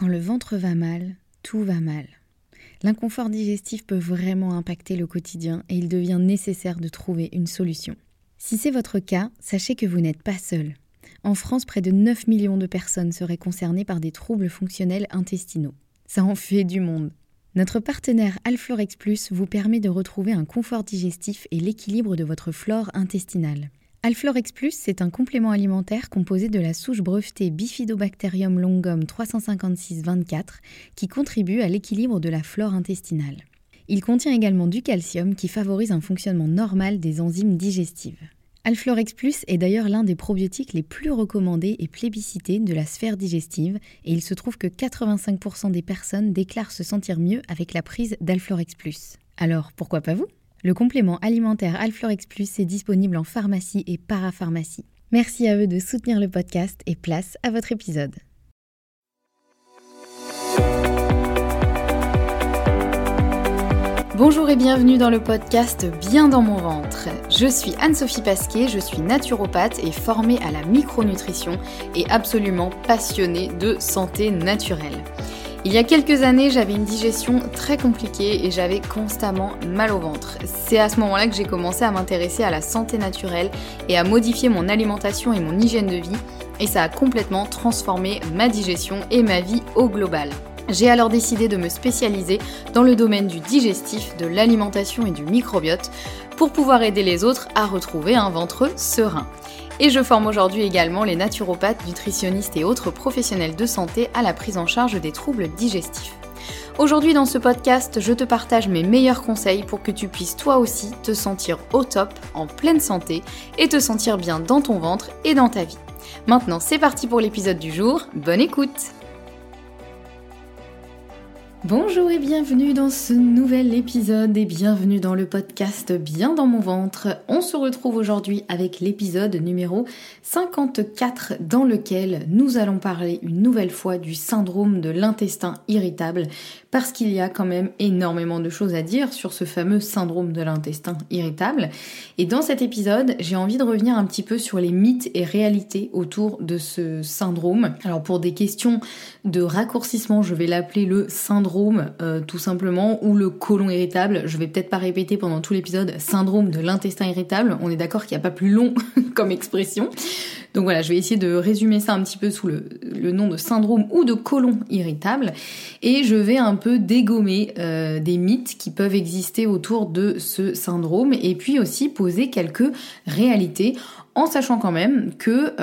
Quand le ventre va mal, tout va mal. L'inconfort digestif peut vraiment impacter le quotidien et il devient nécessaire de trouver une solution. Si c'est votre cas, sachez que vous n'êtes pas seul. En France, près de 9 millions de personnes seraient concernées par des troubles fonctionnels intestinaux. Ça en fait du monde. Notre partenaire Alflorex Plus vous permet de retrouver un confort digestif et l'équilibre de votre flore intestinale. Alflorex Plus, c'est un complément alimentaire composé de la souche brevetée Bifidobacterium longum 356-24 qui contribue à l'équilibre de la flore intestinale. Il contient également du calcium qui favorise un fonctionnement normal des enzymes digestives. Alflorex Plus est d'ailleurs l'un des probiotiques les plus recommandés et plébiscités de la sphère digestive et il se trouve que 85% des personnes déclarent se sentir mieux avec la prise d'Alflorex Plus. Alors pourquoi pas vous ? Le complément alimentaire Alflorex Plus est disponible en pharmacie et parapharmacie. Merci à eux de soutenir le podcast et place à votre épisode. Bonjour et bienvenue dans le podcast Bien dans mon ventre. Je suis Anne-Sophie Pasquet, je suis naturopathe et formée à la micronutrition et absolument passionnée de santé naturelle. Il y a quelques années, j'avais une digestion très compliquée et j'avais constamment mal au ventre. C'est à ce moment-là que j'ai commencé à m'intéresser à la santé naturelle et à modifier mon alimentation et mon hygiène de vie et ça a complètement transformé ma digestion et ma vie au global. J'ai alors décidé de me spécialiser dans le domaine du digestif, de l'alimentation et du microbiote pour pouvoir aider les autres à retrouver un ventre serein. Et je forme aujourd'hui également les naturopathes, nutritionnistes et autres professionnels de santé à la prise en charge des troubles digestifs. Aujourd'hui dans ce podcast, je te partage mes meilleurs conseils pour que tu puisses toi aussi te sentir au top, en pleine santé et te sentir bien dans ton ventre et dans ta vie. Maintenant c'est parti pour l'épisode du jour, bonne écoute! Bonjour et bienvenue dans ce nouvel épisode et bienvenue dans le podcast Bien dans mon ventre. On se retrouve aujourd'hui avec l'épisode numéro 54 dans lequel nous allons parler une nouvelle fois du syndrome de l'intestin irritable parce qu'il y a quand même énormément de choses à dire sur ce fameux syndrome de l'intestin irritable. Et dans cet épisode, j'ai envie de revenir un petit peu sur les mythes et réalités autour de ce syndrome. Alors pour des questions de raccourcissement, je vais l'appeler le syndrome tout simplement, ou le côlon irritable. Je vais peut-être pas répéter pendant tout l'épisode syndrome de l'intestin irritable. On est d'accord qu'il n'y a pas plus long comme expression. Donc voilà, je vais essayer de résumer ça un petit peu sous le nom de syndrome ou de côlon irritable. Et je vais un peu dégommer des mythes qui peuvent exister autour de ce syndrome et puis aussi poser quelques réalités en sachant quand même que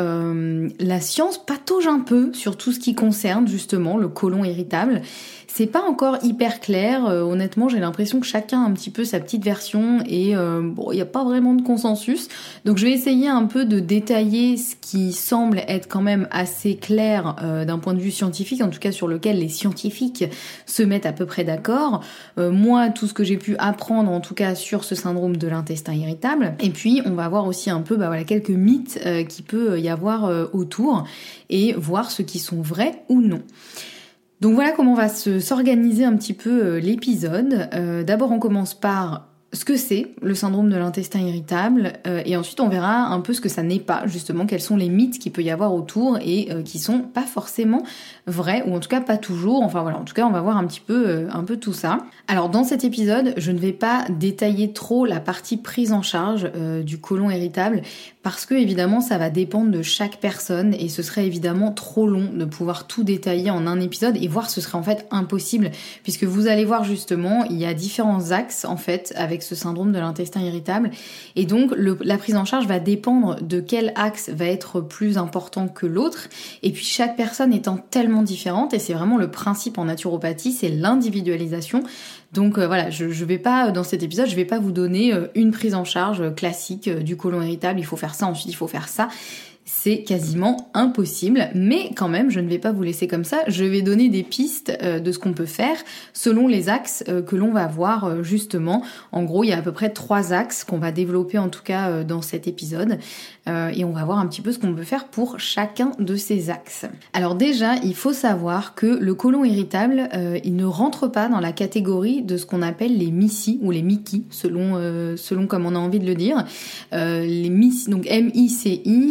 la science patauge un peu sur tout ce qui concerne justement le côlon irritable. C'est pas encore hyper clair, honnêtement j'ai l'impression que chacun a un petit peu sa petite version et il n'y a pas vraiment de consensus. Donc je vais essayer un peu de détailler ce qui semble être quand même assez clair d'un point de vue scientifique, en tout cas sur lequel les scientifiques se mettent à peu près d'accord. Moi, tout ce que j'ai pu apprendre en tout cas sur ce syndrome de l'intestin irritable. Et puis on va voir aussi un peu quelques mythes qui peut y avoir autour et voir ceux qui sont vrais ou non. Donc voilà comment va s'organiser un petit peu l'épisode. D'abord on commence par ce que c'est le syndrome de l'intestin irritable et ensuite on verra un peu ce que ça n'est pas, justement quels sont les mythes qu'il peut y avoir autour et qui sont pas forcément vrais ou en tout cas pas toujours. Enfin voilà, en tout cas on va voir un petit peu tout ça. Alors dans cet épisode, je ne vais pas détailler trop la partie prise en charge du côlon irritable parce que évidemment ça va dépendre de chaque personne et ce serait évidemment trop long de pouvoir tout détailler en un épisode et voir ce serait en fait impossible puisque vous allez voir justement il y a différents axes en fait avec ce syndrome de l'intestin irritable et donc la prise en charge va dépendre de quel axe va être plus important que l'autre et puis chaque personne étant tellement différente et c'est vraiment le principe en naturopathie, c'est l'individualisation. Donc voilà, je vais pas dans cet épisode, je vais pas vous donner une prise en charge classique du côlon irritable, il faut faire ça, ensuite il faut faire ça. C'est quasiment impossible, mais quand même, je ne vais pas vous laisser comme ça. Je vais donner des pistes de ce qu'on peut faire selon les axes que l'on va voir justement. En gros, il y a à peu près 3 axes qu'on va développer en tout cas dans cet épisode. Et on va voir un petit peu ce qu'on peut faire pour chacun de ces axes. Alors déjà, il faut savoir que le côlon irritable, il ne rentre pas dans la catégorie de ce qu'on appelle les MICI ou les MICI, selon comme on a envie de le dire. Les MICI, donc M-I-C-I, moi je dis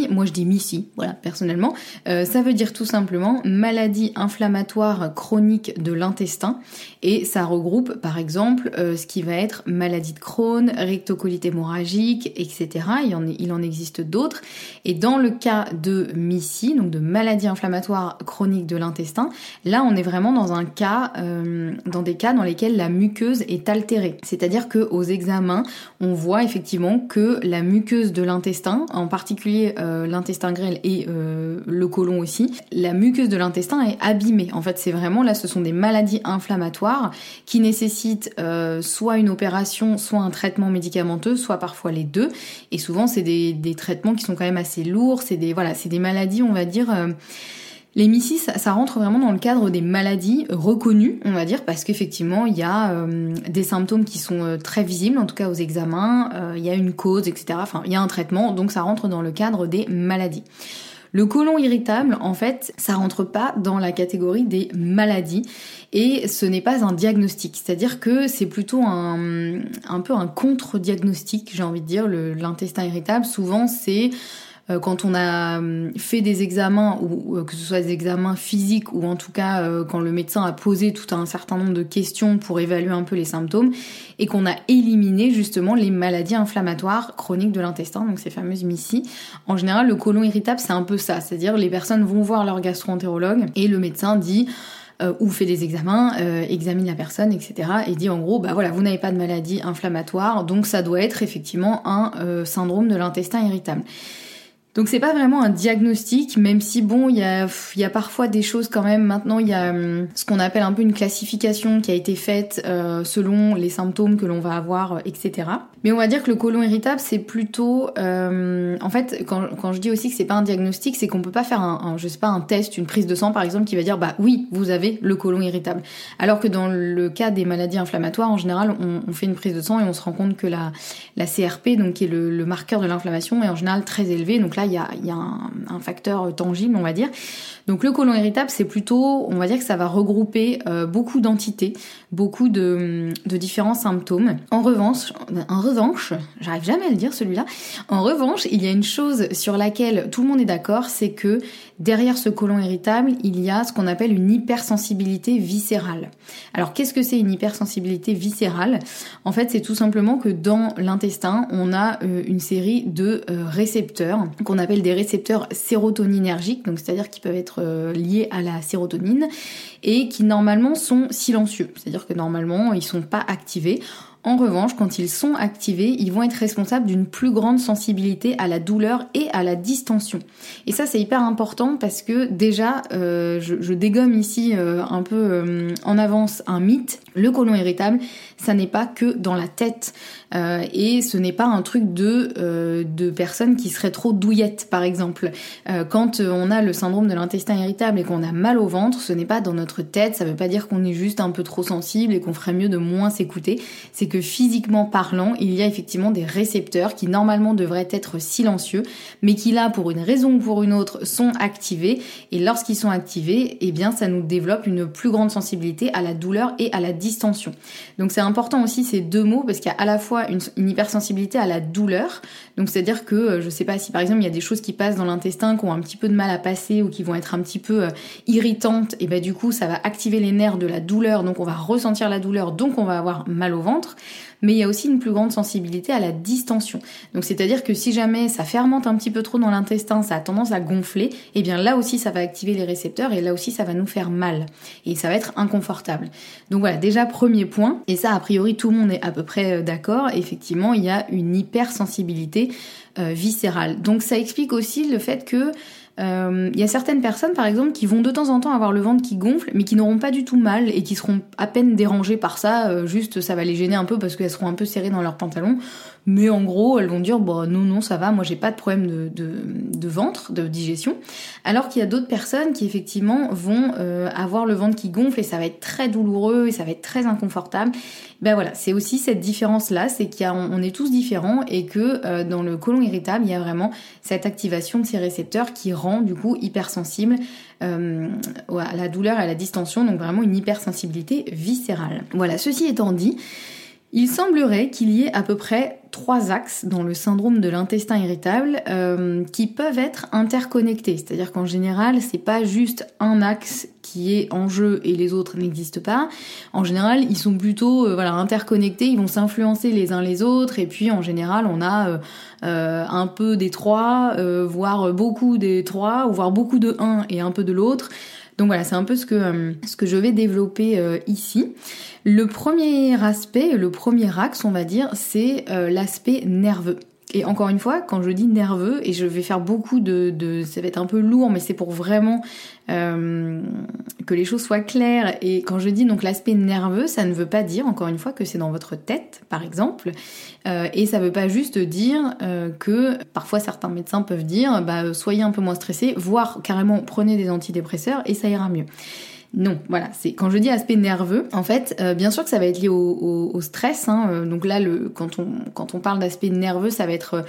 MICI, voilà, personnellement. Ça veut dire tout simplement maladie inflammatoire chronique de l'intestin, et ça regroupe par exemple ce qui va être maladie de Crohn, rectocolite hémorragique, etc. Il en existe d'autres, et dans le cas de MICI, donc de maladie inflammatoire chronique de l'intestin, là on est vraiment dans des cas dans lesquels la muqueuse est altérée. C'est-à-dire qu'aux examens, on voit effectivement que la muqueuse de l'intestin, en particulier l'intestin grêle et le côlon aussi, la muqueuse de l'intestin est abîmée. En fait, c'est vraiment là, ce sont des maladies inflammatoires qui nécessitent soit une opération, soit un traitement médicamenteux, soit parfois les deux. Et souvent, c'est des traitements qui sont quand même assez lourds. C'est des maladies, on va dire. Les MICI, ça rentre vraiment dans le cadre des maladies reconnues, on va dire, parce qu'effectivement, il y a des symptômes qui sont très visibles, en tout cas aux examens, il y a une cause, etc. Enfin, il y a un traitement, donc ça rentre dans le cadre des maladies. Le côlon irritable, en fait, ça rentre pas dans la catégorie des maladies et ce n'est pas un diagnostic. C'est-à-dire que c'est plutôt un peu un contre-diagnostic, j'ai envie de dire. L'intestin irritable, souvent, c'est quand on a fait des examens, ou que ce soit des examens physiques ou en tout cas quand le médecin a posé tout un certain nombre de questions pour évaluer un peu les symptômes et qu'on a éliminé justement les maladies inflammatoires chroniques de l'intestin, donc ces fameuses MICI. En général, le côlon irritable, c'est un peu ça, c'est-à-dire les personnes vont voir leur gastro-entérologue et le médecin dit ou fait des examens, examine la personne, etc. et dit en gros, bah voilà, vous n'avez pas de maladie inflammatoire, donc ça doit être effectivement un syndrome de l'intestin irritable. Donc c'est pas vraiment un diagnostic, même si bon, il y a parfois des choses quand même. Maintenant, il y a ce qu'on appelle un peu une classification qui a été faite selon les symptômes que l'on va avoir, etc. Mais on va dire que le côlon irritable, c'est plutôt... en fait, quand je dis aussi que c'est pas un diagnostic, c'est qu'on peut pas faire un test, une prise de sang par exemple, qui va dire bah oui, vous avez le côlon irritable. Alors que dans le cas des maladies inflammatoires, en général, on fait une prise de sang et on se rend compte que la CRP, donc qui est le marqueur de l'inflammation, est en général très élevé. Donc là, il y a un facteur tangible, on va dire. Donc le côlon irritable, c'est plutôt, on va dire que ça va regrouper beaucoup d'entités, beaucoup de différents symptômes. En revanche, j'arrive jamais à le dire celui-là. En revanche, il y a une chose sur laquelle tout le monde est d'accord, c'est que derrière ce côlon irritable, il y a ce qu'on appelle une hypersensibilité viscérale. Alors qu'est-ce que c'est une hypersensibilité viscérale ? En fait, c'est tout simplement que dans l'intestin, on a une série de récepteurs qu'on appelle des récepteurs sérotoninergiques, donc c'est-à-dire qui peuvent être liés à la sérotonine et qui normalement sont silencieux, c'est-à-dire que normalement ils sont pas activés. En revanche, quand ils sont activés, ils vont être responsables d'une plus grande sensibilité à la douleur et à la distension. Et ça, c'est hyper important parce que déjà, je dégomme ici un peu en avance un mythe. Le côlon irritable, ça n'est pas que dans la tête. Et ce n'est pas un truc de personnes qui seraient trop douillettes, par exemple. Quand on a le syndrome de l'intestin irritable et qu'on a mal au ventre, ce n'est pas dans notre tête, ça veut pas dire qu'on est juste un peu trop sensible et qu'on ferait mieux de moins s'écouter. C'est que physiquement parlant, il y a effectivement des récepteurs qui normalement devraient être silencieux, mais qui là, pour une raison ou pour une autre, sont activés. Et lorsqu'ils sont activés, eh bien, ça nous développe une plus grande sensibilité à la douleur et à la distension. Donc c'est important aussi ces deux mots parce qu'il y a à la fois une hypersensibilité à la douleur. Donc c'est-à-dire que, je sais pas si par exemple il y a des choses qui passent dans l'intestin qui ont un petit peu de mal à passer ou qui vont être un petit peu irritantes, et ben du coup ça va activer les nerfs de la douleur, donc on va ressentir la douleur, donc on va avoir mal au ventre. Mais il y a aussi une plus grande sensibilité à la distension. Donc c'est-à-dire que si jamais ça fermente un petit peu trop dans l'intestin, ça a tendance à gonfler, et bien là aussi ça va activer les récepteurs et là aussi ça va nous faire mal. Et ça va être inconfortable. Donc voilà, déjà premier point, et ça a priori tout le monde est à peu près d'accord, effectivement il y a une hypersensibilité viscérale. Donc ça explique aussi le fait que y a certaines personnes par exemple qui vont de temps en temps avoir le ventre qui gonfle mais qui n'auront pas du tout mal et qui seront à peine dérangées par ça, juste ça va les gêner un peu parce qu'elles seront un peu serrées dans leurs pantalons, mais en gros elles vont dire bon non ça va, moi j'ai pas de problème de ventre, de digestion, alors qu'il y a d'autres personnes qui effectivement vont avoir le ventre qui gonfle et ça va être très douloureux et ça va être très inconfortable. Ben voilà, c'est aussi cette différence là, c'est qu'on est tous différents et que dans le côlon irritable il y a vraiment cette activation de ces récepteurs qui rend du coup hypersensible à la douleur et à la distension, donc vraiment une hypersensibilité viscérale. Voilà, ceci étant dit, Il semblerait qu'il y ait à peu près 3 axes dans le syndrome de l'intestin irritable qui peuvent être interconnectés. C'est-à-dire qu'en général, c'est pas juste un axe qui est en jeu et les autres n'existent pas. En général, ils sont plutôt interconnectés, ils vont s'influencer les uns les autres et puis en général, on a un peu des 3, voire beaucoup des 3, ou voire beaucoup de un et un peu de l'autre. Donc voilà, c'est un peu ce que je vais développer ici. Le premier aspect, le premier axe, on va dire, c'est l'aspect nerveux. Et encore une fois, quand je dis nerveux, et je vais faire beaucoup ça va être un peu lourd, mais c'est pour vraiment que les choses soient claires. Et quand je dis donc l'aspect nerveux, ça ne veut pas dire, encore une fois, que c'est dans votre tête, par exemple. Et ça veut pas juste dire que, parfois certains médecins peuvent dire, soyez un peu moins stressés, voire carrément prenez des antidépresseurs et ça ira mieux. Non, voilà, c'est quand je dis aspect nerveux, en fait, bien sûr que ça va être lié au stress, hein, donc là, quand on parle d'aspect nerveux, ça va être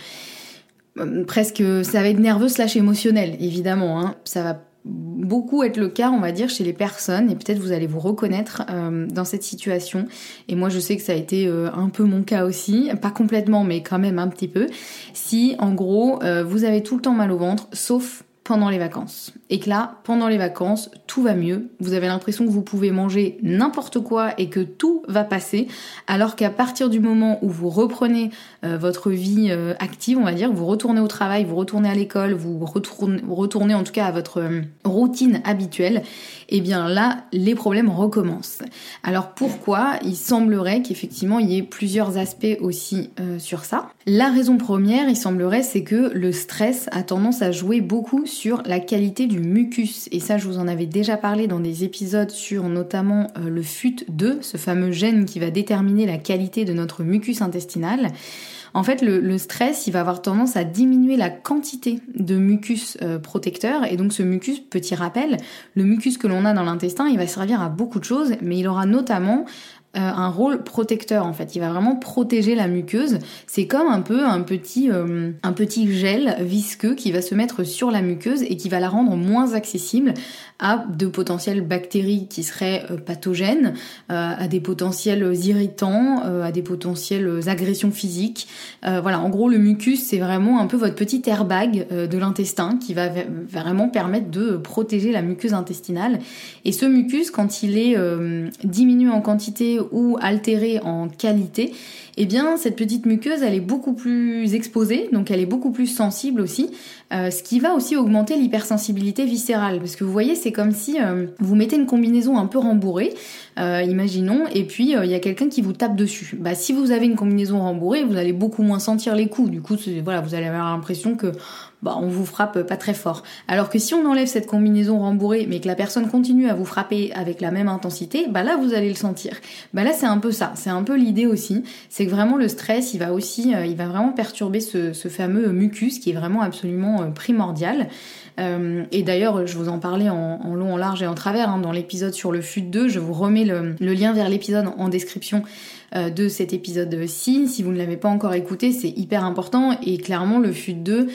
ça va être nerveux / émotionnel, évidemment, hein. Ça va beaucoup être le cas, on va dire, chez les personnes, et peut-être vous allez vous reconnaître dans cette situation. Et moi, je sais que ça a été un peu mon cas aussi, pas complètement, mais quand même un petit peu. Si, en gros, vous avez tout le temps mal au ventre, sauf pendant les vacances. Et que là, pendant les vacances, tout va mieux. Vous avez l'impression que vous pouvez manger n'importe quoi et que tout va passer, alors qu'à partir du moment où vous reprenez votre vie active, on va dire, vous retournez au travail, vous retournez à l'école, vous retournez en tout cas à votre routine habituelle, et bien là, les problèmes recommencent. Alors pourquoi ? Il semblerait qu'effectivement, il y ait plusieurs aspects aussi sur ça. La raison première, il semblerait, c'est que le stress a tendance à jouer beaucoup sur la qualité du mucus. Et ça, je vous en avais déjà parlé dans des épisodes sur notamment le FUT2, ce fameux gène qui va déterminer la qualité de notre mucus intestinal. En fait, le stress, il va avoir tendance à diminuer la quantité de mucus protecteur. Et donc ce mucus, petit rappel, le mucus que l'on a dans l'intestin, il va servir à beaucoup de choses, mais il aura notamment un rôle protecteur en fait. Il va vraiment protéger la muqueuse. C'est comme un peu un petit gel visqueux qui va se mettre sur la muqueuse et qui va la rendre moins accessible à de potentielles bactéries qui seraient pathogènes, à des potentiels irritants, à des potentielles agressions physiques. Voilà, en gros le mucus c'est vraiment un peu votre petit airbag de l'intestin qui va vraiment permettre de protéger la muqueuse intestinale. Et ce mucus, quand il est diminué en quantité ou altérée en qualité, eh bien cette petite muqueuse elle est beaucoup plus exposée, donc elle est beaucoup plus sensible aussi, ce qui va aussi augmenter l'hypersensibilité viscérale, parce que vous voyez c'est comme si vous mettez une combinaison un peu rembourrée, imaginons, et puis il y a quelqu'un qui vous tape dessus. Si vous avez une combinaison rembourrée, vous allez beaucoup moins sentir les coups, du coup voilà, vous allez avoir l'impression que on vous frappe pas très fort. Alors que si on enlève cette combinaison rembourrée, mais que la personne continue à vous frapper avec la même intensité, là vous allez le sentir. Là c'est un peu ça, c'est un peu l'idée aussi, c'est que vraiment le stress, il va vraiment perturber ce fameux mucus qui est vraiment absolument primordial. Et d'ailleurs, je vous en parlais en long, en large et en travers dans l'épisode sur le FUT2. Je vous remets le lien vers l'épisode en description de cet épisode-ci. Si vous ne l'avez pas encore écouté, c'est hyper important. Et clairement, le FUT2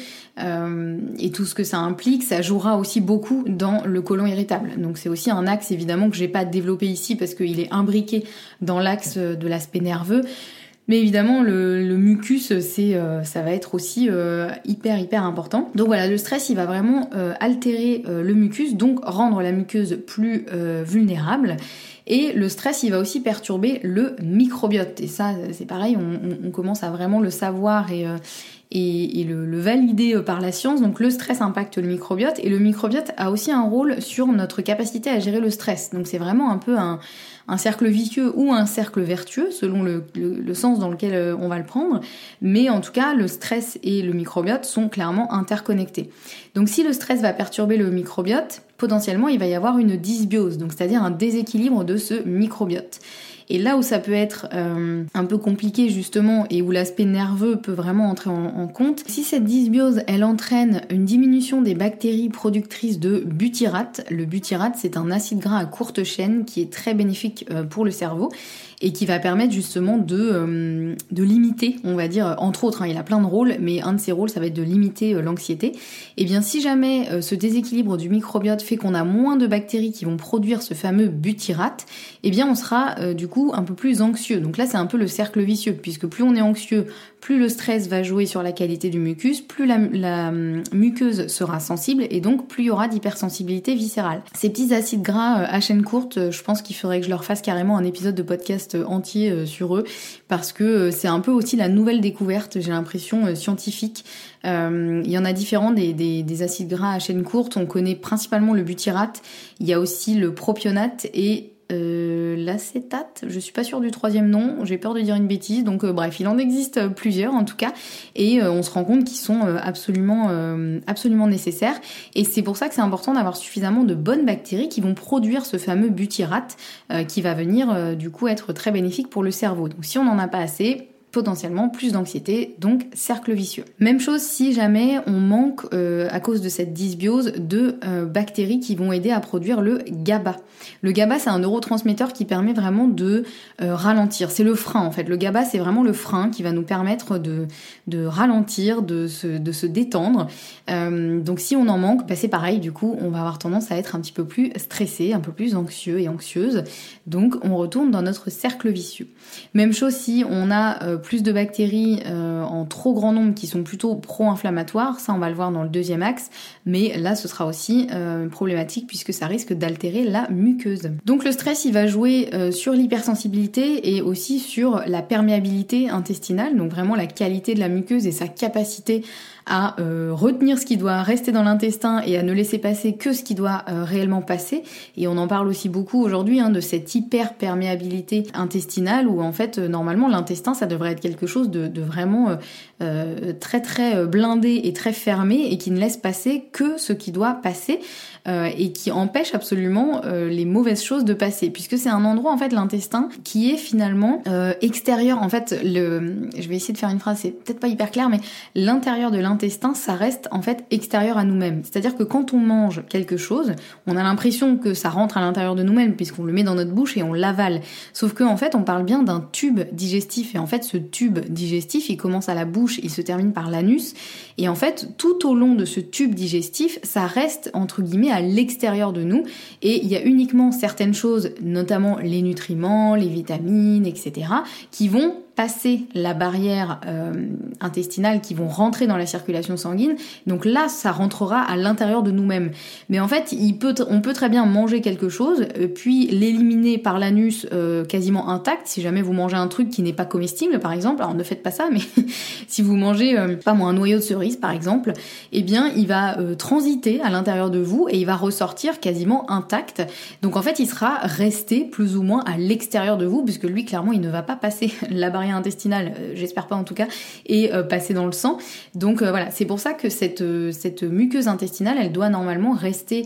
et tout ce que ça implique, ça jouera aussi beaucoup dans le côlon irritable. Donc c'est aussi un axe évidemment que j'ai pas développé ici parce qu'il est imbriqué dans l'axe de l'aspect nerveux. Mais évidemment, le mucus, ça va être aussi hyper important. Donc voilà, le stress, il va vraiment altérer le mucus, donc rendre la muqueuse plus vulnérable. Et le stress, il va aussi perturber le microbiote. Et ça, c'est pareil, on commence à vraiment le savoir et le valider par la science. Donc le stress impacte le microbiote, et le microbiote a aussi un rôle sur notre capacité à gérer le stress. Donc c'est vraiment un peu un cercle vicieux ou un cercle vertueux selon le sens dans lequel on va le prendre, mais en tout cas le stress et le microbiote sont clairement interconnectés. Donc si le stress va perturber le microbiote, potentiellement il va y avoir une dysbiose, donc c'est-à-dire un déséquilibre de ce microbiote. Et là où ça peut être un peu compliqué justement, et où l'aspect nerveux peut vraiment entrer en compte, si cette dysbiose elle entraîne une diminution des bactéries productrices de butyrate. Le butyrate, c'est un acide gras à courte chaîne qui est très bénéfique pour le cerveau et qui va permettre justement de limiter, on va dire, entre autres, il a plein de rôles, mais un de ses rôles ça va être de limiter l'anxiété. Et bien si jamais ce déséquilibre du microbiote fait qu'on a moins de bactéries qui vont produire ce fameux butyrate, eh bien on sera du coup un peu plus anxieux. Donc là c'est un peu le cercle vicieux, puisque plus on est anxieux, plus le stress va jouer sur la qualité du mucus, plus la muqueuse sera sensible et donc plus il y aura d'hypersensibilité viscérale. Ces petits acides gras à chaîne courte, je pense qu'il faudrait que je leur fasse carrément un épisode de podcast entier sur eux, parce que c'est un peu aussi la nouvelle découverte, j'ai l'impression, scientifique. Il y en a différents des acides gras à chaîne courte. On connaît principalement le butyrate, il y a aussi le propionate et l'acétate, je suis pas sûre du troisième nom, j'ai peur de dire une bêtise, donc bref, il en existe plusieurs en tout cas, et on se rend compte qu'ils sont absolument nécessaires, et c'est pour ça que c'est important d'avoir suffisamment de bonnes bactéries qui vont produire ce fameux butyrate qui va venir du coup être très bénéfique pour le cerveau. Donc si on n'en a pas assez, potentiellement plus d'anxiété, donc cercle vicieux. Même chose si jamais on manque, à cause de cette dysbiose, de bactéries qui vont aider à produire le GABA. Le GABA, c'est un neurotransmetteur qui permet vraiment de ralentir. C'est le frein en fait. Le GABA, c'est vraiment le frein qui va nous permettre de ralentir, de se détendre. Donc si on en manque, c'est pareil, du coup, on va avoir tendance à être un petit peu plus stressé, un peu plus anxieux et anxieuse. Donc on retourne dans notre cercle vicieux. Même chose si on a plus de bactéries en trop grand nombre qui sont plutôt pro-inflammatoires, ça on va le voir dans le deuxième axe, mais là ce sera aussi problématique puisque ça risque d'altérer la muqueuse. Donc le stress il va jouer sur l'hypersensibilité et aussi sur la perméabilité intestinale, donc vraiment la qualité de la muqueuse et sa capacité à retenir ce qui doit rester dans l'intestin et à ne laisser passer que ce qui doit réellement passer. Et on en parle aussi beaucoup aujourd'hui de cette hyperperméabilité intestinale où en fait normalement l'intestin ça devrait être quelque chose de vraiment très très blindé et très fermé et qui ne laisse passer que ce qui doit passer et qui empêche absolument les mauvaises choses de passer, puisque c'est un endroit en fait l'intestin qui est finalement extérieur. En fait je vais essayer de faire une phrase, c'est peut-être pas hyper clair, mais l'intérieur de l'intestin ça reste en fait extérieur à nous-mêmes. C'est-à-dire que quand on mange quelque chose, on a l'impression que ça rentre à l'intérieur de nous-mêmes puisqu'on le met dans notre bouche et on l'avale. Sauf que en fait on parle bien d'un tube digestif et en fait ce tube digestif il commence à la bouche, il se termine par l'anus et en fait tout au long de ce tube digestif ça reste entre guillemets à l'extérieur de nous et il y a uniquement certaines choses, notamment les nutriments, les vitamines, etc. qui vont passer la barrière intestinale, qui vont rentrer dans la circulation sanguine. Donc là, ça rentrera à l'intérieur de nous-mêmes. Mais en fait, on peut très bien manger quelque chose, puis l'éliminer par l'anus quasiment intact. Si jamais vous mangez un truc qui n'est pas comestible, par exemple, alors ne faites pas ça, mais si vous mangez, pas moi, un noyau de cerise, par exemple, eh bien, il va transiter à l'intérieur de vous et il va ressortir quasiment intact. Donc en fait, il sera resté plus ou moins à l'extérieur de vous, puisque lui, clairement, il ne va pas passer la barrière intestinale, j'espère pas en tout cas, et passer dans le sang. Donc voilà, c'est pour ça que cette muqueuse intestinale, elle doit normalement rester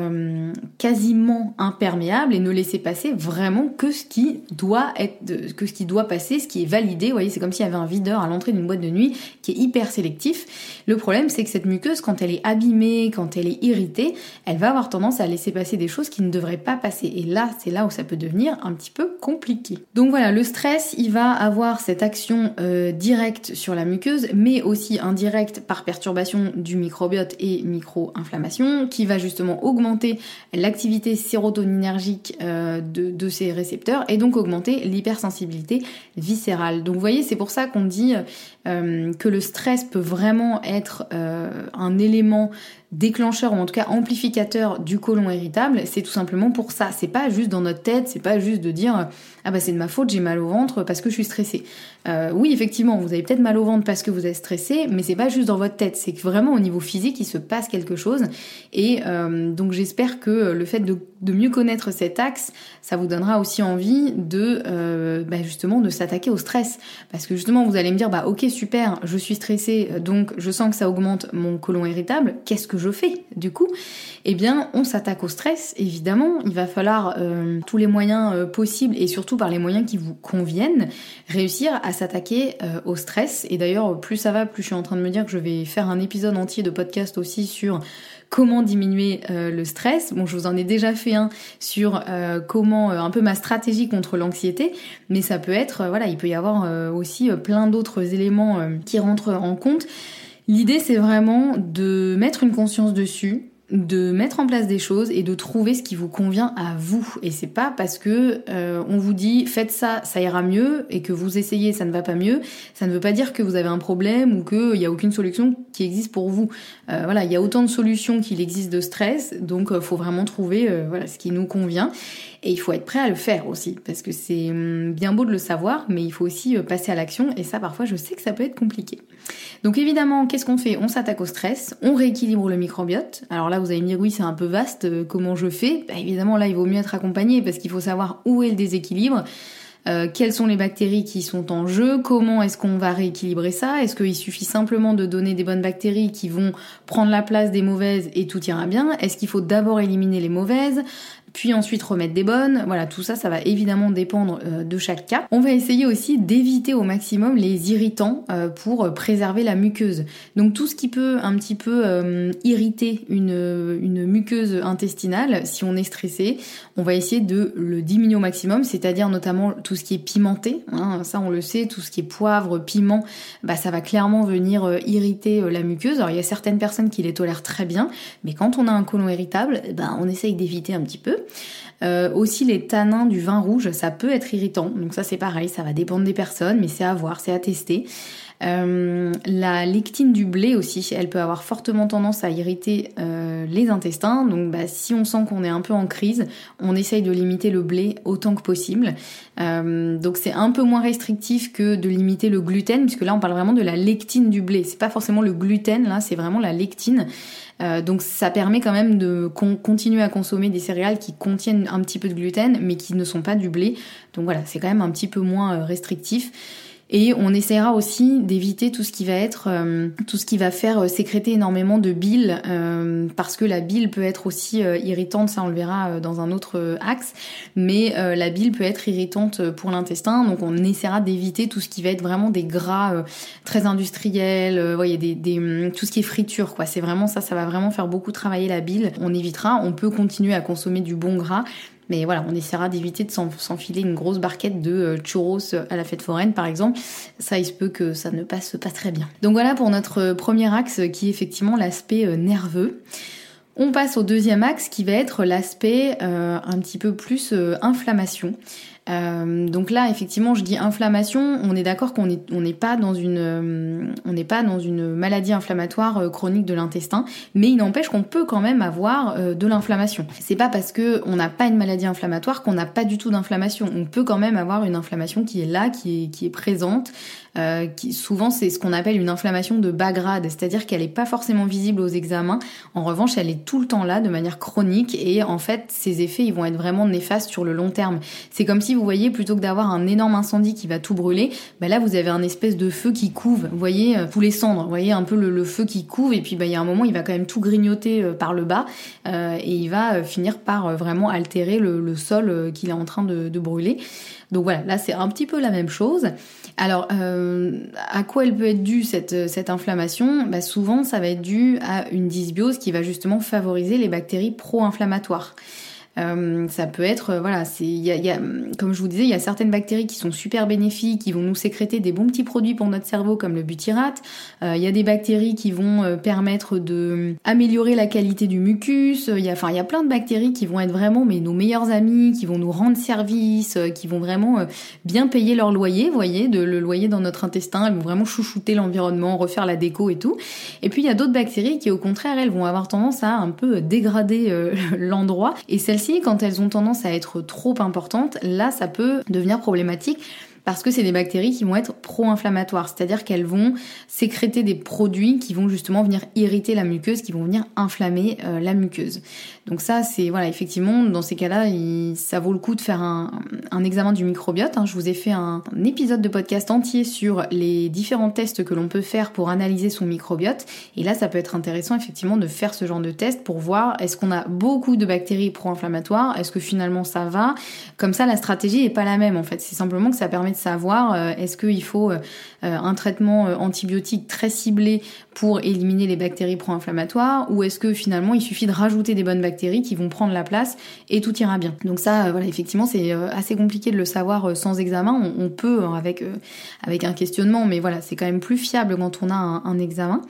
quasiment imperméable et ne laisser passer vraiment que ce qui doit passer, ce qui est validé. Vous voyez, c'est comme s'il y avait un videur à l'entrée d'une boîte de nuit qui est hyper sélectif. Le problème, c'est que cette muqueuse, quand elle est abîmée, quand elle est irritée, elle va avoir tendance à laisser passer des choses qui ne devraient pas passer. Et là, c'est là où ça peut devenir un petit peu compliqué. Donc voilà, le stress, il va avoir cette action directe sur la muqueuse, mais aussi indirecte par perturbation du microbiote et micro-inflammation, qui va justement augmenter l'activité sérotoninergique de ces récepteurs et donc augmenter l'hypersensibilité viscérale. Donc vous voyez, c'est pour ça qu'on dit que le stress peut vraiment être un élément déclencheur ou en tout cas amplificateur du côlon irritable. C'est tout simplement pour ça. C'est pas juste dans notre tête, c'est pas juste de dire ah bah c'est de ma faute, j'ai mal au ventre parce que je suis stressée. Oui, effectivement, vous avez peut-être mal au ventre parce que vous êtes stressé, mais c'est pas juste dans votre tête, c'est que vraiment au niveau physique il se passe quelque chose. Et donc j'espère que le fait de mieux connaître cet axe, ça vous donnera aussi envie de justement de s'attaquer au stress, parce que justement vous allez me dire ok super, je suis stressée, donc je sens que ça augmente mon côlon irritable, qu'est-ce que je fais du coup? Eh bien on s'attaque au stress, évidemment, il va falloir tous les moyens possibles et surtout par les moyens qui vous conviennent, réussir à s'attaquer au stress. Et d'ailleurs plus ça va, plus je suis en train de me dire que je vais faire un épisode entier de podcast aussi sur comment diminuer le stress. Bon, je vous en ai déjà fait un sur comment un peu ma stratégie contre l'anxiété, mais ça peut être il peut y avoir aussi plein d'autres éléments qui rentrent en compte. L'idée c'est vraiment de mettre une conscience dessus, de mettre en place des choses et de trouver ce qui vous convient à vous. Et c'est pas parce que on vous dit faites ça, ça ira mieux, et que vous essayez, ça ne va pas mieux, ça ne veut pas dire que vous avez un problème ou qu'il n'y a aucune solution qui existe pour vous. Voilà, il y a autant de solutions qu'il existe de stress, donc faut vraiment trouver ce qui nous convient. Et il faut être prêt à le faire aussi, parce que c'est bien beau de le savoir, mais il faut aussi passer à l'action, et ça parfois je sais que ça peut être compliqué. Donc évidemment, qu'est-ce qu'on fait ? On s'attaque au stress, on rééquilibre le microbiote. Alors là, vous allez me dire, oui, c'est un peu vaste, comment je fais ? Évidemment, là, il vaut mieux être accompagné, parce qu'il faut savoir où est le déséquilibre, quelles sont les bactéries qui sont en jeu, comment est-ce qu'on va rééquilibrer ça, est-ce qu'il suffit simplement de donner des bonnes bactéries qui vont prendre la place des mauvaises et tout ira bien ? Est-ce qu'il faut d'abord éliminer les mauvaises, puis ensuite remettre des bonnes? Voilà, tout ça, ça va évidemment dépendre de chaque cas. On va essayer aussi d'éviter au maximum les irritants pour préserver la muqueuse. Donc tout ce qui peut un petit peu irriter une muqueuse intestinale, si on est stressé, on va essayer de le diminuer au maximum, c'est-à-dire notamment tout ce qui est pimenté, hein, ça on le sait, tout ce qui est poivre, piment, ça va clairement venir irriter la muqueuse. Alors il y a certaines personnes qui les tolèrent très bien, mais quand on a un côlon irritable, on essaye d'éviter un petit peu. Aussi les tanins du vin rouge, ça peut être irritant, donc ça c'est pareil, ça va dépendre des personnes, mais c'est à voir, c'est à tester. La lectine du blé aussi, elle peut avoir fortement tendance à irriter les intestins, donc si on sent qu'on est un peu en crise, on essaye de limiter le blé autant que possible. Donc c'est un peu moins restrictif que de limiter le gluten, puisque là on parle vraiment de la lectine du blé, c'est pas forcément le gluten, là c'est vraiment la lectine. Donc ça permet quand même de continuer à consommer des céréales qui contiennent un petit peu de gluten, mais qui ne sont pas du blé. Donc voilà, c'est quand même un petit peu moins restrictif. Et on essaiera aussi d'éviter tout ce qui va être, tout ce qui va faire sécréter énormément de bile, parce que la bile peut être aussi irritante, ça on le verra dans un autre axe, mais la bile peut être irritante pour l'intestin, donc on essaiera d'éviter tout ce qui va être vraiment des gras très industriels, tout ce qui est friture, quoi. C'est vraiment ça va vraiment faire beaucoup travailler la bile. On évitera, on peut continuer à consommer du bon gras, mais voilà, on essaiera d'éviter de s'enfiler une grosse barquette de churros à la fête foraine, par exemple. Ça, il se peut que ça ne passe pas très bien. Donc voilà pour notre premier axe qui est effectivement l'aspect nerveux. On passe au deuxième axe qui va être l'aspect un petit peu plus inflammation. Donc là, effectivement, je dis inflammation. On est d'accord qu'on n'est pas dans une maladie inflammatoire chronique de l'intestin, mais il n'empêche qu'on peut quand même avoir de l'inflammation. C'est pas parce que on n'a pas une maladie inflammatoire qu'on n'a pas du tout d'inflammation. On peut quand même avoir une inflammation qui est là, qui est présente. Souvent c'est ce qu'on appelle une inflammation de bas grade, c'est-à-dire qu'elle n'est pas forcément visible aux examens. En revanche, elle est tout le temps là de manière chronique, et en fait ses effets ils vont être vraiment néfastes sur le long terme. C'est comme si vous voyez, plutôt que d'avoir un énorme incendie qui va tout brûler, là vous avez un espèce de feu qui couve, vous voyez, tous les cendres, vous voyez un peu le feu qui couve, et puis il y a un moment il va quand même tout grignoter par le bas, et il va finir par vraiment altérer le sol qu'il est en train de brûler. Donc voilà, là c'est un petit peu la même chose. Alors, à quoi elle peut être due cette inflammation ? Souvent, ça va être dû à une dysbiose qui va justement favoriser les bactéries pro-inflammatoires. Ça peut être, comme je vous disais, il y a certaines bactéries qui sont super bénéfiques, qui vont nous sécréter des bons petits produits pour notre cerveau comme le butyrate. Il y a des bactéries qui vont permettre de améliorer la qualité du mucus. Il y a plein de bactéries qui vont être vraiment nos meilleurs amis, qui vont nous rendre service, qui vont vraiment bien payer leur loyer, vous voyez, le loyer dans notre intestin. Elles vont vraiment chouchouter l'environnement, refaire la déco et tout. Et puis il y a d'autres bactéries qui au contraire, elles vont avoir tendance à un peu dégrader l'endroit. Et celles-ci, quand elles ont tendance à être trop importantes, là ça peut devenir problématique, parce que c'est des bactéries qui vont être pro-inflammatoires, c'est-à-dire qu'elles vont sécréter des produits qui vont justement venir irriter la muqueuse, qui vont venir inflammer la muqueuse. Donc ça, c'est effectivement, dans ces cas-là, ça vaut le coup de faire un examen du microbiote. Je vous ai fait un épisode de podcast entier sur les différents tests que l'on peut faire pour analyser son microbiote. Et là, ça peut être intéressant effectivement de faire ce genre de test pour voir est-ce qu'on a beaucoup de bactéries pro-inflammatoires, est-ce que finalement ça va. Comme ça, la stratégie est pas la même en fait. C'est simplement que ça permet de savoir est-ce qu'il faut un traitement antibiotique très ciblé pour éliminer les bactéries pro-inflammatoires, ou est-ce que finalement il suffit de rajouter des bonnes bactéries qui vont prendre la place et tout ira bien. Donc ça, effectivement, c'est assez compliqué de le savoir sans examen. On peut avec un questionnement, mais voilà, c'est quand même plus fiable quand on a un examen.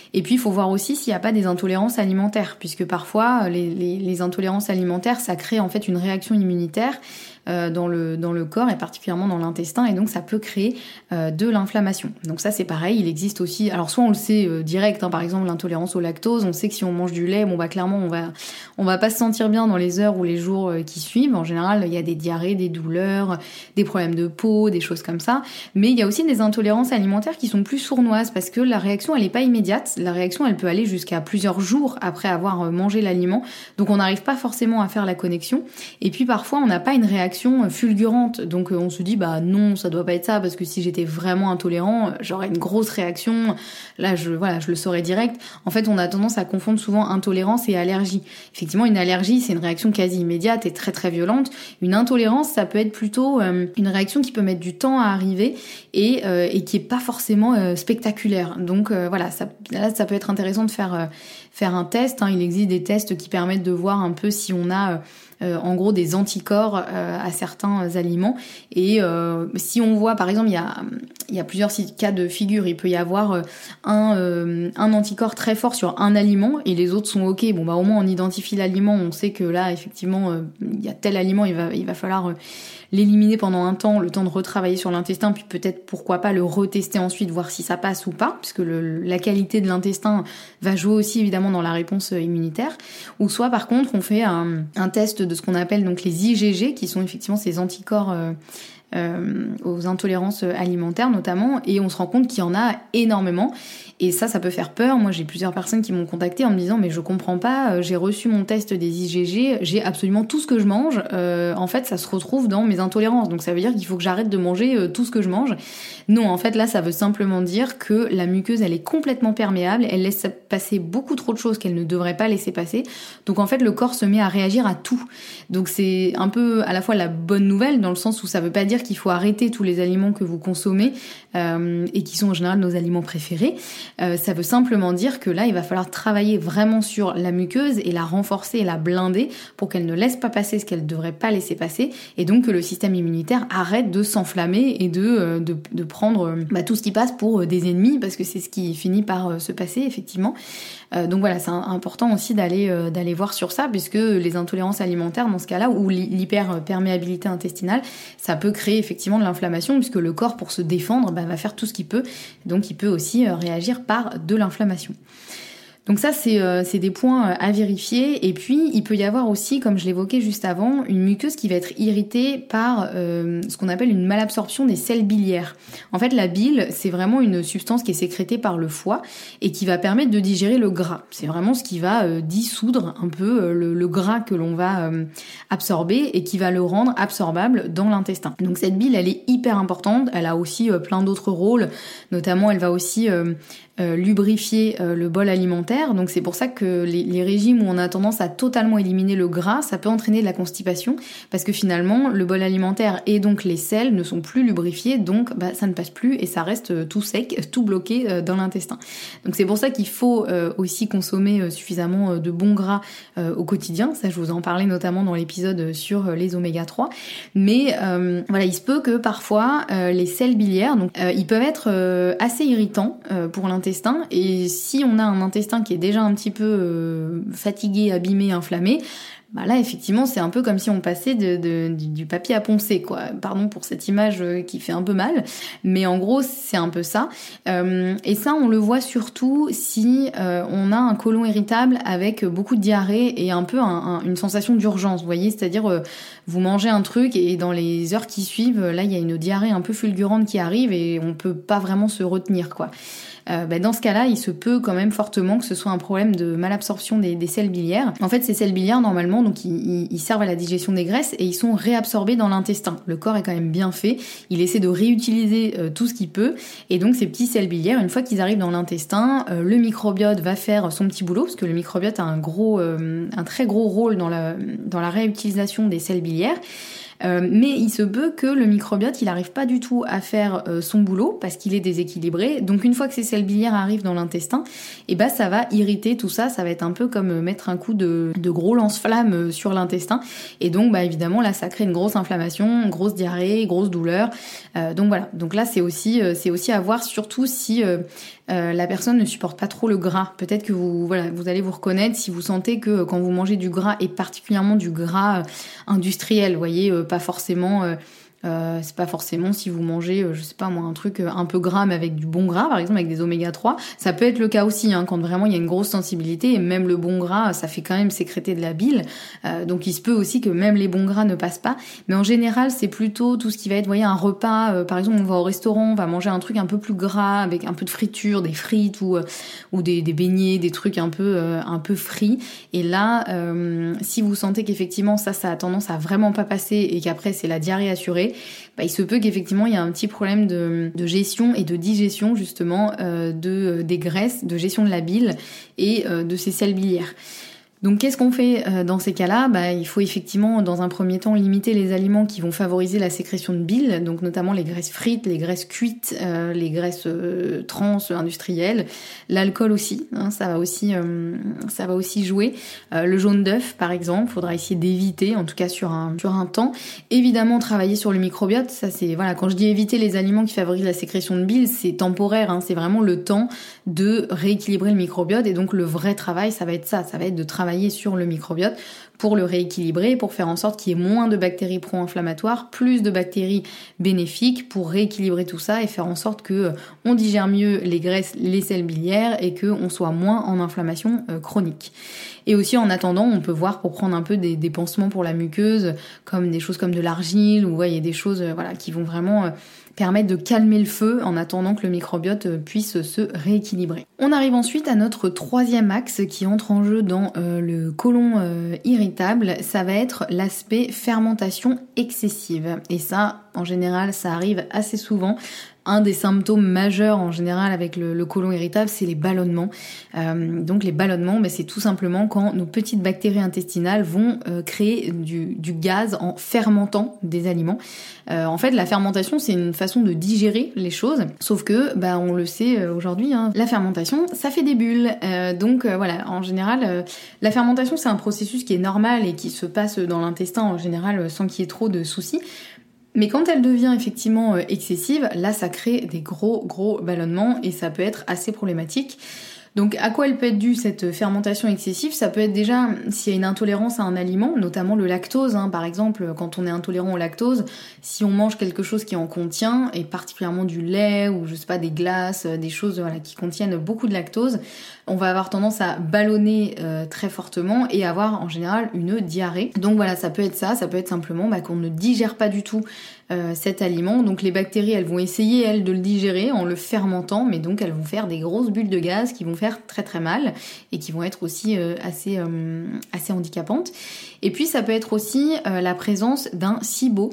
Et puis il faut voir aussi s'il n'y a pas des intolérances alimentaires, puisque parfois les intolérances alimentaires, ça crée en fait une réaction immunitaire dans le corps et particulièrement dans l'intestin, et donc ça peut créer de l'inflammation. Donc ça c'est pareil, il existe aussi, alors soit on le sait direct, par exemple l'intolérance au lactose, on sait que si on mange du lait, clairement on va pas se sentir bien dans les heures ou les jours qui suivent. En général il y a des diarrhées, des douleurs, des problèmes de peau, des choses comme ça, mais il y a aussi des intolérances alimentaires qui sont plus sournoises, parce que la réaction elle est pas immédiate, la réaction elle peut aller jusqu'à plusieurs jours après avoir mangé l'aliment, donc on n'arrive pas forcément à faire la connexion, et puis parfois on n'a pas une réaction fulgurante, donc on se dit non, ça doit pas être ça, parce que si j'étais vraiment intolérant, j'aurais une grosse réaction, là je le saurais direct. En fait on a tendance à confondre souvent intolérance et allergie. Effectivement une allergie c'est une réaction quasi immédiate et très très violente, une intolérance ça peut être plutôt une réaction qui peut mettre du temps à arriver et qui est pas forcément spectaculaire. Donc ça peut être intéressant de faire un test, il existe des tests qui permettent de voir un peu si on a en gros des anticorps à certains aliments, et si on voit par exemple il y a plusieurs cas de figure, il peut y avoir un anticorps très fort sur un aliment et les autres sont ok, au moins on identifie l'aliment, on sait que là effectivement il y a tel aliment, il va falloir l'éliminer pendant un temps, le temps de retravailler sur l'intestin, puis peut-être pourquoi pas le retester ensuite, voir si ça passe ou pas, puisque la qualité de l'intestin va jouer aussi évidemment dans la réponse immunitaire. Ou soit par contre on fait un test de ce qu'on appelle donc les IgG, qui sont effectivement ces anticorps aux intolérances alimentaires notamment, et on se rend compte qu'il y en a énormément. Et ça peut faire peur. Moi, j'ai plusieurs personnes qui m'ont contacté en me disant mais je comprends pas, j'ai reçu mon test des IgG, j'ai absolument tout ce que je mange. En fait, ça se retrouve dans mes intolérances. Donc ça veut dire qu'il faut que j'arrête de manger tout ce que je mange. Non, en fait, là, ça veut simplement dire que la muqueuse, elle est complètement perméable. Elle laisse passer beaucoup trop de choses qu'elle ne devrait pas laisser passer. Donc en fait, le corps se met à réagir à tout. Donc c'est un peu à la fois la bonne nouvelle, dans le sens où ça veut pas dire qu'il faut arrêter tous les aliments que vous consommez et qui sont en général nos aliments préférés. Ça veut simplement dire que là, il va falloir travailler vraiment sur la muqueuse et la renforcer et la blinder pour qu'elle ne laisse pas passer ce qu'elle ne devrait pas laisser passer, et donc que le système immunitaire arrête de s'enflammer et de prendre tout ce qui passe pour des ennemis, parce que c'est ce qui finit par se passer effectivement. Donc voilà, c'est important aussi d'aller voir sur ça, puisque les intolérances alimentaires dans ce cas-là, ou l'hyperperméabilité intestinale, ça peut créer effectivement de l'inflammation, puisque le corps, pour se défendre, va faire tout ce qu'il peut, donc il peut aussi réagir par de l'inflammation. Donc ça, c'est des points à vérifier. Et puis, il peut y avoir aussi, comme je l'évoquais juste avant, une muqueuse qui va être irritée par ce qu'on appelle une malabsorption des sels biliaires. En fait, la bile, c'est vraiment une substance qui est sécrétée par le foie et qui va permettre de digérer le gras. C'est vraiment ce qui va dissoudre un peu le gras que l'on va absorber et qui va le rendre absorbable dans l'intestin. Donc cette bile, elle est hyper importante. Elle a aussi plein d'autres rôles. Notamment, elle va aussi lubrifier le bol alimentaire. Donc c'est pour ça que les régimes où on a tendance à totalement éliminer le gras, ça peut entraîner de la constipation, parce que finalement le bol alimentaire et donc les selles ne sont plus lubrifiés, donc ça ne passe plus et ça reste tout sec, tout bloqué dans l'intestin. Donc c'est pour ça qu'il faut aussi consommer suffisamment de bons gras au quotidien. Ça, je vous en parlais notamment dans l'épisode sur les oméga 3. Mais il se peut que parfois les sels biliaires, donc ils peuvent être assez irritants pour l'intestin. Et si on a un intestin qui est déjà un petit peu fatigué, abîmé, inflammé, là effectivement c'est un peu comme si on passait du papier à poncer, quoi. Pardon pour cette image qui fait un peu mal, mais en gros c'est un peu ça. Et ça on le voit surtout si on a un côlon irritable avec beaucoup de diarrhée et un peu une sensation d'urgence, vous voyez, c'est-à-dire vous mangez un truc et dans les heures qui suivent, là il y a une diarrhée un peu fulgurante qui arrive et on peut pas vraiment se retenir, quoi. Dans ce cas-là, il se peut quand même fortement que ce soit un problème de malabsorption des sels biliaires. En fait, ces sels biliaires, normalement, donc ils servent à la digestion des graisses et ils sont réabsorbés dans l'intestin. Le corps est quand même bien fait, il essaie de réutiliser tout ce qu'il peut, et donc ces petits sels biliaires, une fois qu'ils arrivent dans l'intestin, le microbiote va faire son petit boulot, parce que le microbiote a un très gros rôle dans la réutilisation des sels biliaires. Mais il se peut que le microbiote, il n'arrive pas du tout à faire son boulot parce qu'il est déséquilibré. Donc une fois que ces sels biliaires arrivent dans l'intestin, ça va irriter tout ça. Ça va être un peu comme mettre un coup de gros lance-flamme sur l'intestin. Et donc évidemment là, ça crée une grosse inflammation, une grosse diarrhée, grosse douleur. Donc voilà. Donc là, c'est aussi à voir, surtout si la personne ne supporte pas trop le gras. Peut-être que vous allez vous reconnaître si vous sentez que quand vous mangez du gras, et particulièrement du gras industriel, vous voyez, pas forcément... c'est pas forcément si vous mangez, je sais pas moi, un truc un peu gras mais avec du bon gras, par exemple avec des oméga 3, ça peut être le cas aussi, quand vraiment il y a une grosse sensibilité, et même le bon gras, ça fait quand même sécréter de la bile, donc il se peut aussi que même les bons gras ne passent pas, mais en général c'est plutôt tout ce qui va être, vous voyez, un repas, par exemple on va au restaurant, on va manger un truc un peu plus gras, avec un peu de friture, des frites ou des beignets, des trucs un peu frits, et là, si vous sentez qu'effectivement ça a tendance à vraiment pas passer, et qu'après c'est la diarrhée assurée, il se peut qu'effectivement il y a un petit problème de gestion et de digestion justement des graisses, de gestion de la bile et de ces sels biliaires. Donc qu'est-ce qu'on fait dans ces cas-là ? Il faut effectivement dans un premier temps limiter les aliments qui vont favoriser la sécrétion de bile, donc notamment les graisses frites, les graisses cuites, les graisses trans industrielles, l'alcool aussi, ça va aussi jouer. Le jaune d'œuf par exemple, faudra essayer d'éviter, en tout cas sur un temps. Évidemment travailler sur le microbiote, ça c'est quand je dis éviter les aliments qui favorisent la sécrétion de bile, c'est temporaire, c'est vraiment le temps de rééquilibrer le microbiote, et donc le vrai travail ça va être de travailler sur le microbiote pour le rééquilibrer, pour faire en sorte qu'il y ait moins de bactéries pro-inflammatoires, plus de bactéries bénéfiques, pour rééquilibrer tout ça et faire en sorte que on digère mieux les graisses, les sels biliaires, et que on soit moins en inflammation chronique. Et aussi en attendant, on peut voir pour prendre un peu des pansements pour la muqueuse, comme des choses comme de l'argile, ou il y a des choses qui vont vraiment permettre de calmer le feu en attendant que le microbiote puisse se rééquilibrer. On arrive ensuite à notre troisième axe qui entre en jeu dans le côlon irritable, ça va être l'aspect fermentation excessive. Et ça, en général, ça arrive assez souvent. Un des symptômes majeurs en général avec le côlon irritable, c'est les ballonnements. Donc les ballonnements, c'est tout simplement quand nos petites bactéries intestinales vont créer du gaz en fermentant des aliments. En fait, la fermentation, c'est une façon de digérer les choses, sauf que, on le sait aujourd'hui, la fermentation, ça fait des bulles. Donc en général, la fermentation, c'est un processus qui est normal et qui se passe dans l'intestin en général sans qu'il y ait trop de soucis. Mais quand elle devient effectivement excessive, là ça crée des gros ballonnements et ça peut être assez problématique. Donc à quoi elle peut être due cette fermentation excessive ? Ça peut être déjà s'il y a une intolérance à un aliment, notamment le lactose. Par exemple, quand on est intolérant au lactose, si on mange quelque chose qui en contient, et particulièrement du lait ou je sais pas des glaces, des choses qui contiennent beaucoup de lactose, on va avoir tendance à ballonner très fortement et avoir en général une diarrhée. Donc ça peut être ça peut être simplement qu'on ne digère pas du tout cet aliment. Donc les bactéries, elles vont essayer, elles, de le digérer en le fermentant, mais donc elles vont faire des grosses bulles de gaz qui vont faire très très mal et qui vont être aussi assez handicapantes. Et puis ça peut être aussi la présence d'un SIBO.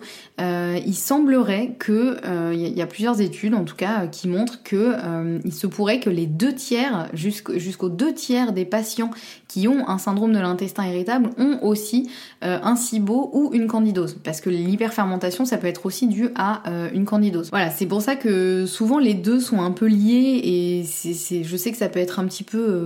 Il semblerait que, il y a plusieurs études en tout cas qui montrent que il se pourrait que les 2/3, jusqu'aux 2/3 des patients qui ont un syndrome de l'intestin irritable ont aussi un SIBO ou une candidose. Parce que l'hyperfermentation, ça peut être aussi dû à une candidose. Voilà, c'est pour ça que souvent les deux sont un peu liés et je sais que ça peut être un petit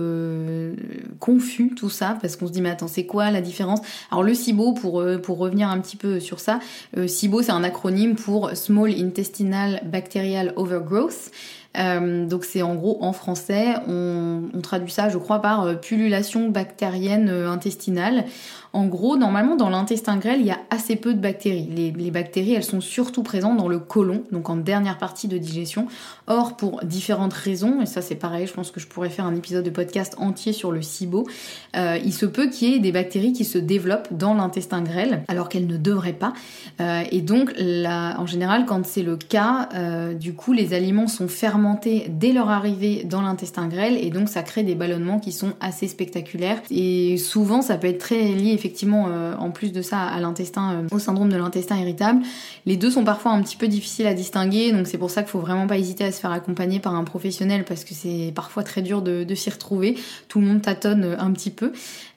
peu confus tout ça, parce qu'on se dit mais attends, c'est quoi la différence ? Alors le SIBO, pour revenir un petit peu sur ça, SIBO c'est un acronyme pour Small Intestinal Bacterial Overgrowth. Donc c'est en gros en français, on traduit ça je crois par pullulation bactérienne intestinale. En gros, normalement dans l'intestin grêle, il y a assez peu de bactéries. Les bactéries, elles sont surtout présentes dans le côlon, donc en dernière partie de digestion. Or, pour différentes raisons, et ça c'est pareil, je pense que je pourrais faire un épisode de podcast entier sur le SIBO, il se peut qu'il y ait des bactéries qui se développent dans l'intestin grêle, alors qu'elles ne devraient pas. Et donc, en général, quand c'est le cas, du coup, les aliments sont fermentés dès leur arrivée dans l'intestin grêle, et donc ça crée des ballonnements qui sont assez spectaculaires. Et souvent, ça peut être très lié effectivement, en plus de ça, à l'intestin, au syndrome de l'intestin irritable. Les deux sont parfois un petit peu difficiles à distinguer, donc c'est pour ça qu'il faut vraiment pas hésiter à se faire accompagner par un professionnel, parce que c'est parfois très dur de s'y retrouver. Tout le monde tâtonne un petit peu.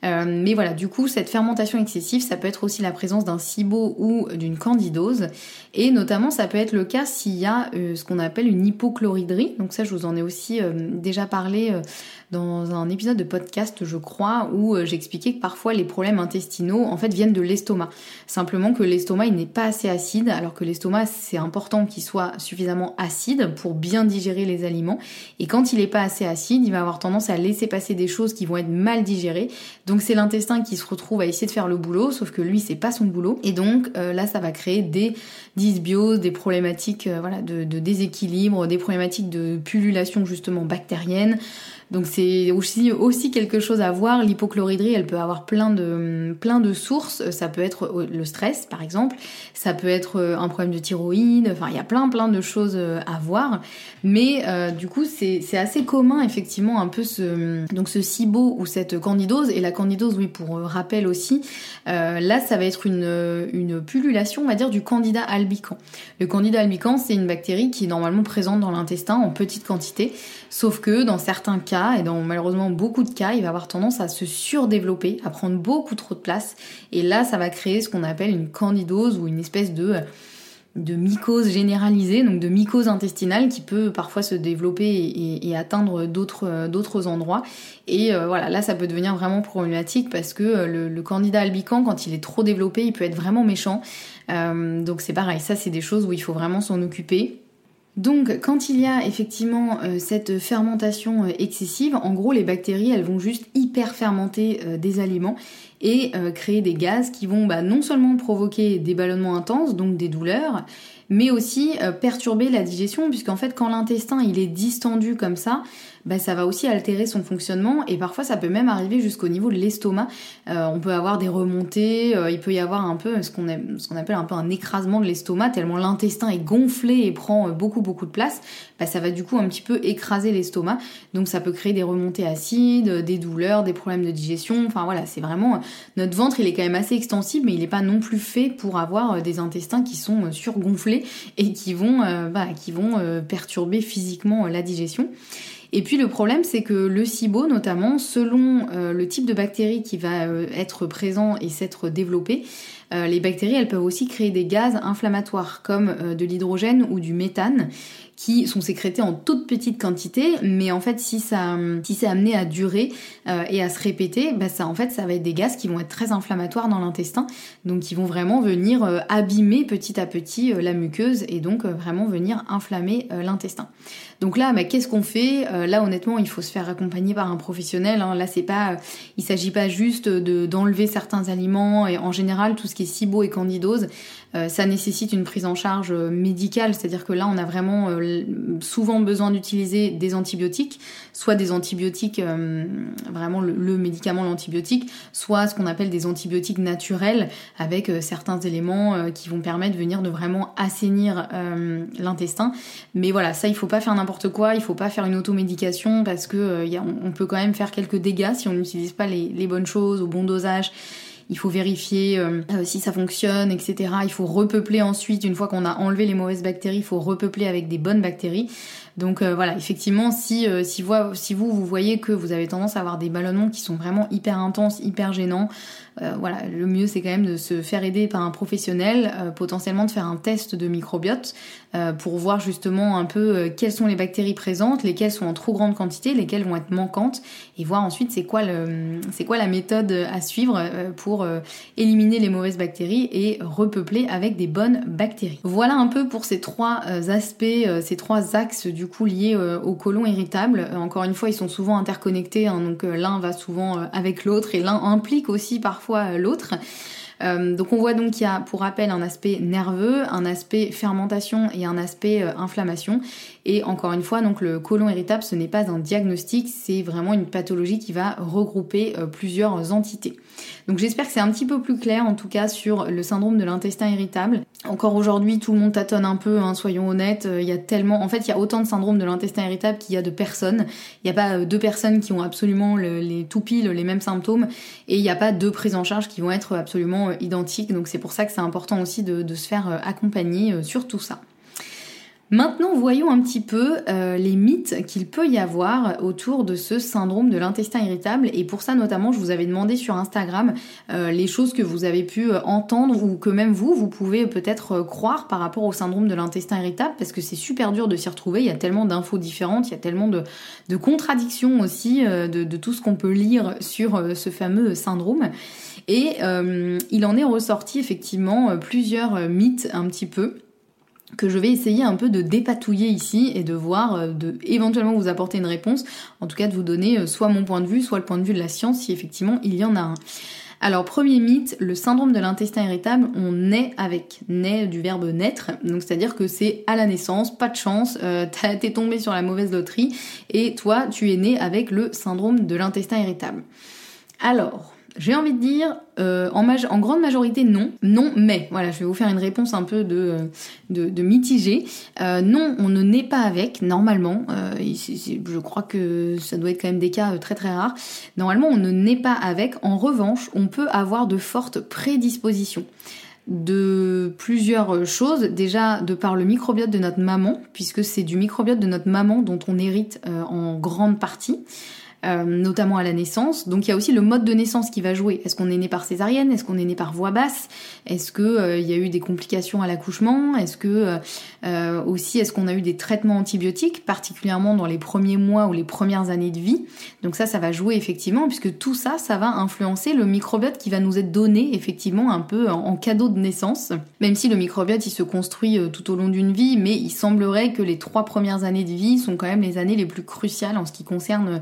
Mais voilà, du coup, cette fermentation excessive, ça peut être aussi la présence d'un SIBO ou d'une candidose. Et notamment, ça peut être le cas s'il y a ce qu'on appelle une hypochloridrie. Donc ça, je vous en ai aussi déjà parlé dans un épisode de podcast, je crois, où j'expliquais que parfois les problèmes intestinaux, en fait, viennent de l'estomac. Simplement que l'estomac, il n'est pas assez acide, alors que l'estomac, c'est important qu'il soit suffisamment acide pour bien digérer les aliments. Et quand il n'est pas assez acide, il va avoir tendance à laisser passer des choses qui vont être mal digérées. Donc c'est l'intestin qui se retrouve à essayer de faire le boulot, sauf que lui, c'est pas son boulot. Et donc là, ça va créer des dysbioses, des problématiques de déséquilibre, des problématiques de pullulation justement bactérienne. Donc c'est aussi quelque chose à voir. L'hypochloridrie, elle peut avoir plein de sources. Ça peut être le stress, par exemple. Ça peut être un problème de thyroïde. Enfin, il y a plein de choses à voir. Mais du coup, c'est assez commun, effectivement, un peu ce SIBO ou cette candidose. Et la candidose, oui, pour rappel aussi, là, ça va être une pullulation, on va dire, du candida albicans. Le candida albicans, c'est une bactérie qui est normalement présente dans l'intestin en petite quantité. Sauf que dans certains cas, et dans malheureusement beaucoup de cas, il va avoir tendance à se surdévelopper, à prendre beaucoup trop de place. Et là, ça va créer ce qu'on appelle une candidose ou une espèce de mycose généralisée, donc de mycose intestinale qui peut parfois se développer et atteindre d'autres endroits. Et voilà, là, ça peut devenir vraiment problématique parce que le candida albicans, quand il est trop développé, il peut être vraiment méchant. Donc c'est pareil, ça, c'est des choses où il faut vraiment s'en occuper. Donc quand il y a effectivement cette fermentation excessive, en gros les bactéries elles vont juste hyper fermenter des aliments et créer des gaz qui vont non seulement provoquer des ballonnements intenses, donc des douleurs, mais aussi perturber la digestion, puisqu'en fait quand l'intestin il est distendu comme ça, ça va aussi altérer son fonctionnement et parfois ça peut même arriver jusqu'au niveau de l'estomac. On peut avoir des remontées, il peut y avoir un peu ce qu'on appelle un peu un écrasement de l'estomac, tellement l'intestin est gonflé et prend beaucoup de place, ça va du coup un petit peu écraser l'estomac, donc ça peut créer des remontées acides, des douleurs, des problèmes de digestion, enfin voilà, c'est vraiment, notre ventre il est quand même assez extensible, mais il n'est pas non plus fait pour avoir des intestins qui sont surgonflés et qui vont perturber physiquement la digestion. Et puis le problème, c'est que le SIBO, notamment, selon le type de bactérie qui va être présent et s'être développé, les bactéries, elles peuvent aussi créer des gaz inflammatoires, comme de l'hydrogène ou du méthane, qui sont sécrétés en toute petite quantité, mais en fait, si c'est amené à durer et à se répéter, ça va être des gaz qui vont être très inflammatoires dans l'intestin, donc qui vont vraiment venir abîmer petit à petit la muqueuse et donc vraiment venir inflammer l'intestin. Donc là, qu'est-ce qu'on fait ? Là, honnêtement, il faut se faire accompagner par un professionnel. Hein. Là, il s'agit pas juste d'enlever certains aliments et en général, tout ce qui est SIBO et candidose, ça nécessite une prise en charge médicale, c'est-à-dire que là, on a vraiment souvent besoin d'utiliser des antibiotiques, soit des antibiotiques, vraiment le médicament, l'antibiotique, soit ce qu'on appelle des antibiotiques naturels avec certains éléments qui vont permettre de venir de vraiment assainir l'intestin. Mais voilà, ça, il faut pas faire n'importe quoi, il faut pas faire une automédication parce que on peut quand même faire quelques dégâts si on n'utilise pas les bonnes choses au bon dosage. Il faut vérifier si ça fonctionne, etc. Il faut repeupler ensuite, une fois qu'on a enlevé les mauvaises bactéries, il faut repeupler avec des bonnes bactéries. Donc voilà, effectivement, si vous voyez que vous avez tendance à avoir des ballonnements qui sont vraiment hyper intenses, hyper gênants, voilà, le mieux c'est quand même de se faire aider par un professionnel, potentiellement de faire un test de microbiote pour voir justement un peu quelles sont les bactéries présentes, lesquelles sont en trop grande quantité, lesquelles vont être manquantes, et voir ensuite c'est quoi la méthode à suivre pour éliminer les mauvaises bactéries et repeupler avec des bonnes bactéries. Voilà un peu pour ces trois aspects, ces trois axes du coup liés au côlon irritable. Encore une fois, ils sont souvent interconnectés, hein, donc l'un va souvent avec l'autre et l'un implique aussi parfois l'autre. Donc on voit donc qu'il y a pour rappel un aspect nerveux, un aspect fermentation et un aspect inflammation. Et encore une fois, donc le côlon irritable, ce n'est pas un diagnostic, c'est vraiment une pathologie qui va regrouper plusieurs entités. Donc j'espère que c'est un petit peu plus clair en tout cas sur le syndrome de l'intestin irritable. Encore aujourd'hui, tout le monde tâtonne un peu, hein, soyons honnêtes, il y a autant de syndromes de l'intestin irritable qu'il y a de personnes. Il n'y a pas deux personnes qui ont absolument tout pile les mêmes symptômes et il n'y a pas deux prises en charge qui vont être absolument identiques. Donc c'est pour ça que c'est important aussi de se faire accompagner sur tout ça. Maintenant, voyons un petit peu les mythes qu'il peut y avoir autour de ce syndrome de l'intestin irritable. Et pour ça, notamment, je vous avais demandé sur Instagram les choses que vous avez pu entendre ou que même vous pouvez peut-être croire par rapport au syndrome de l'intestin irritable, parce que c'est super dur de s'y retrouver. Il y a tellement d'infos différentes, il y a tellement de contradictions aussi de tout ce qu'on peut lire sur ce fameux syndrome. Et il en est ressorti effectivement plusieurs mythes un petit peu, que je vais essayer un peu de dépatouiller ici et de voir, de éventuellement vous apporter une réponse, en tout cas de vous donner soit mon point de vue, soit le point de vue de la science, si effectivement il y en a un. Alors premier mythe, le syndrome de l'intestin irritable, on naît avec, naît du verbe naître, donc c'est-à-dire que c'est à la naissance, pas de chance, t'es tombé sur la mauvaise loterie, et toi tu es né avec le syndrome de l'intestin irritable. Alors, j'ai envie de dire, en grande majorité non, mais voilà, je vais vous faire une réponse un peu de mitigée. Non, on ne naît pas avec, normalement, je crois que ça doit être quand même des cas très très rares. Normalement, on ne naît pas avec, en revanche, on peut avoir de fortes prédispositions de plusieurs choses, déjà de par le microbiote de notre maman, puisque c'est du microbiote de notre maman dont on hérite en grande partie. Notamment à la naissance. Donc il y a aussi le mode de naissance qui va jouer. Est-ce qu'on est né par césarienne? Est-ce qu'on est né par voie basse? Est-ce que il y a eu des complications à l'accouchement? Est-ce que aussi est-ce qu'on a eu des traitements antibiotiques, particulièrement dans les premiers mois ou les premières années de vie? Donc ça va jouer effectivement, puisque tout ça, ça va influencer le microbiote qui va nous être donné effectivement un peu en cadeau de naissance. Même si le microbiote il se construit tout au long d'une vie, mais il semblerait que les 3 premières années de vie sont quand même les années les plus cruciales en ce qui concerne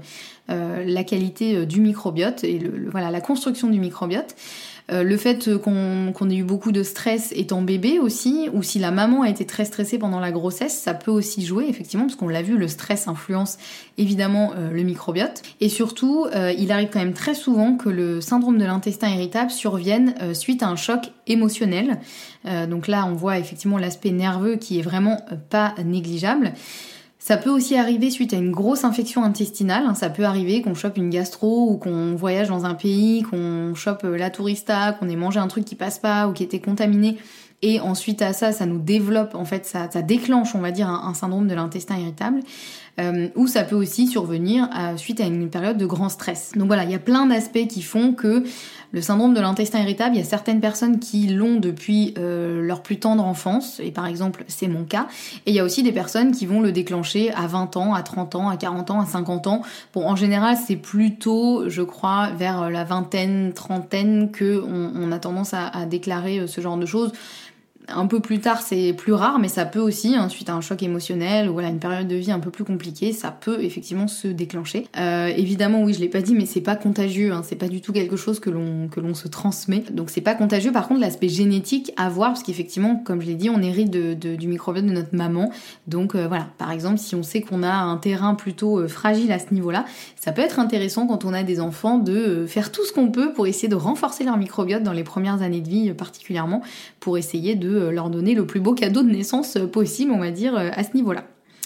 la qualité du microbiote et voilà, la construction du microbiote. Le fait qu'on ait eu beaucoup de stress étant bébé aussi, ou si la maman a été très stressée pendant la grossesse, ça peut aussi jouer effectivement, parce qu'on l'a vu, le stress influence évidemment le microbiote. Et surtout, il arrive quand même très souvent que le syndrome de l'intestin irritable survienne suite à un choc émotionnel. Donc là, on voit effectivement l'aspect nerveux qui est vraiment pas négligeable. Ça peut aussi arriver suite à une grosse infection intestinale, ça peut arriver qu'on chope une gastro ou qu'on voyage dans un pays, qu'on chope la tourista, qu'on ait mangé un truc qui passe pas ou qui était contaminé, et ensuite à ça nous développe, en fait ça déclenche on va dire un syndrome de l'intestin irritable, ou ça peut aussi survenir suite à une période de grand stress. Donc voilà, il y a plein d'aspects qui font que le syndrome de l'intestin irritable, il y a certaines personnes qui l'ont depuis leur plus tendre enfance, et par exemple c'est mon cas, et il y a aussi des personnes qui vont le déclencher à 20 ans, à 30 ans, à 40 ans, à 50 ans. Bon, en général c'est plutôt, je crois, vers la vingtaine, trentaine que on a tendance à déclarer ce genre de choses. Un peu plus tard, c'est plus rare, mais ça peut aussi, suite à un choc émotionnel ou voilà, une période de vie un peu plus compliquée, ça peut effectivement se déclencher. Évidemment, oui, je l'ai pas dit, mais c'est pas contagieux, c'est pas du tout quelque chose que l'on se transmet. Donc c'est pas contagieux. Par contre, l'aspect génétique à voir, parce qu'effectivement, comme je l'ai dit, on hérite du microbiote de notre maman. Donc voilà, par exemple, si on sait qu'on a un terrain plutôt fragile à ce niveau-là, ça peut être intéressant quand on a des enfants de faire tout ce qu'on peut pour essayer de renforcer leur microbiote dans les premières années de vie particulièrement, pour essayer de leur donner le plus beau cadeau de naissance possible, on va dire, à ce niveau-là.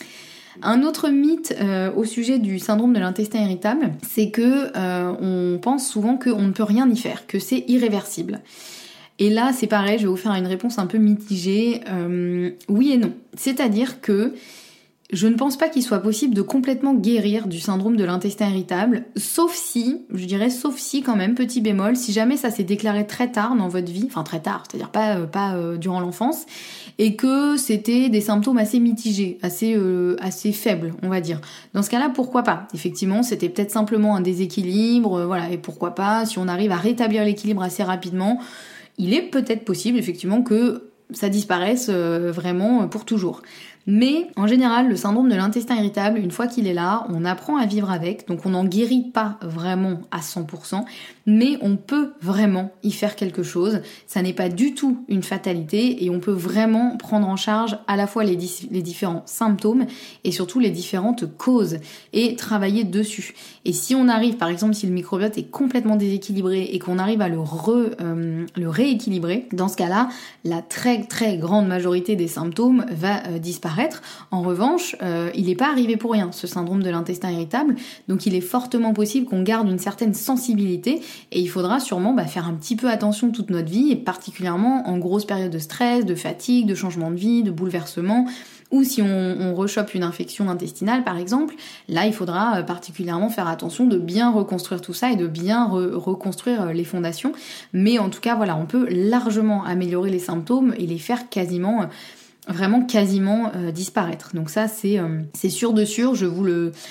Un autre mythe au sujet du syndrome de l'intestin irritable, c'est que on pense souvent qu'on ne peut rien y faire, que c'est irréversible. Et là, c'est pareil, je vais vous faire une réponse un peu mitigée. Oui et non. C'est-à-dire que je ne pense pas qu'il soit possible de complètement guérir du syndrome de l'intestin irritable, sauf si quand même, petit bémol, si jamais ça s'est déclaré très tard dans votre vie, enfin très tard, c'est-à-dire pas durant l'enfance, et que c'était des symptômes assez mitigés, assez faibles, on va dire. Dans ce cas-là, pourquoi pas? Effectivement, c'était peut-être simplement un déséquilibre, voilà, et pourquoi pas, si on arrive à rétablir l'équilibre assez rapidement, il est peut-être possible, effectivement, que ça disparaisse vraiment pour toujours. Mais en général, le syndrome de l'intestin irritable, une fois qu'il est là, on apprend à vivre avec, donc on n'en guérit pas vraiment à 100%, mais on peut vraiment y faire quelque chose. Ça n'est pas du tout une fatalité et on peut vraiment prendre en charge à la fois les différents symptômes et surtout les différentes causes et travailler dessus. Et si on arrive, par exemple, si le microbiote est complètement déséquilibré et qu'on arrive à le rééquilibrer, dans ce cas-là, la très très grande majorité des symptômes va disparaître disparaître. En revanche, il n'est pas arrivé pour rien, ce syndrome de l'intestin irritable, donc il est fortement possible qu'on garde une certaine sensibilité et il faudra sûrement faire un petit peu attention toute notre vie, et particulièrement en grosse période de stress, de fatigue, de changement de vie, de bouleversement, ou si on rechope une infection intestinale par exemple, là il faudra particulièrement faire attention de bien reconstruire tout ça et de bien reconstruire les fondations. Mais en tout cas voilà, on peut largement améliorer les symptômes et les faire quasiment disparaître. Donc ça c'est sûr de sûr, je vous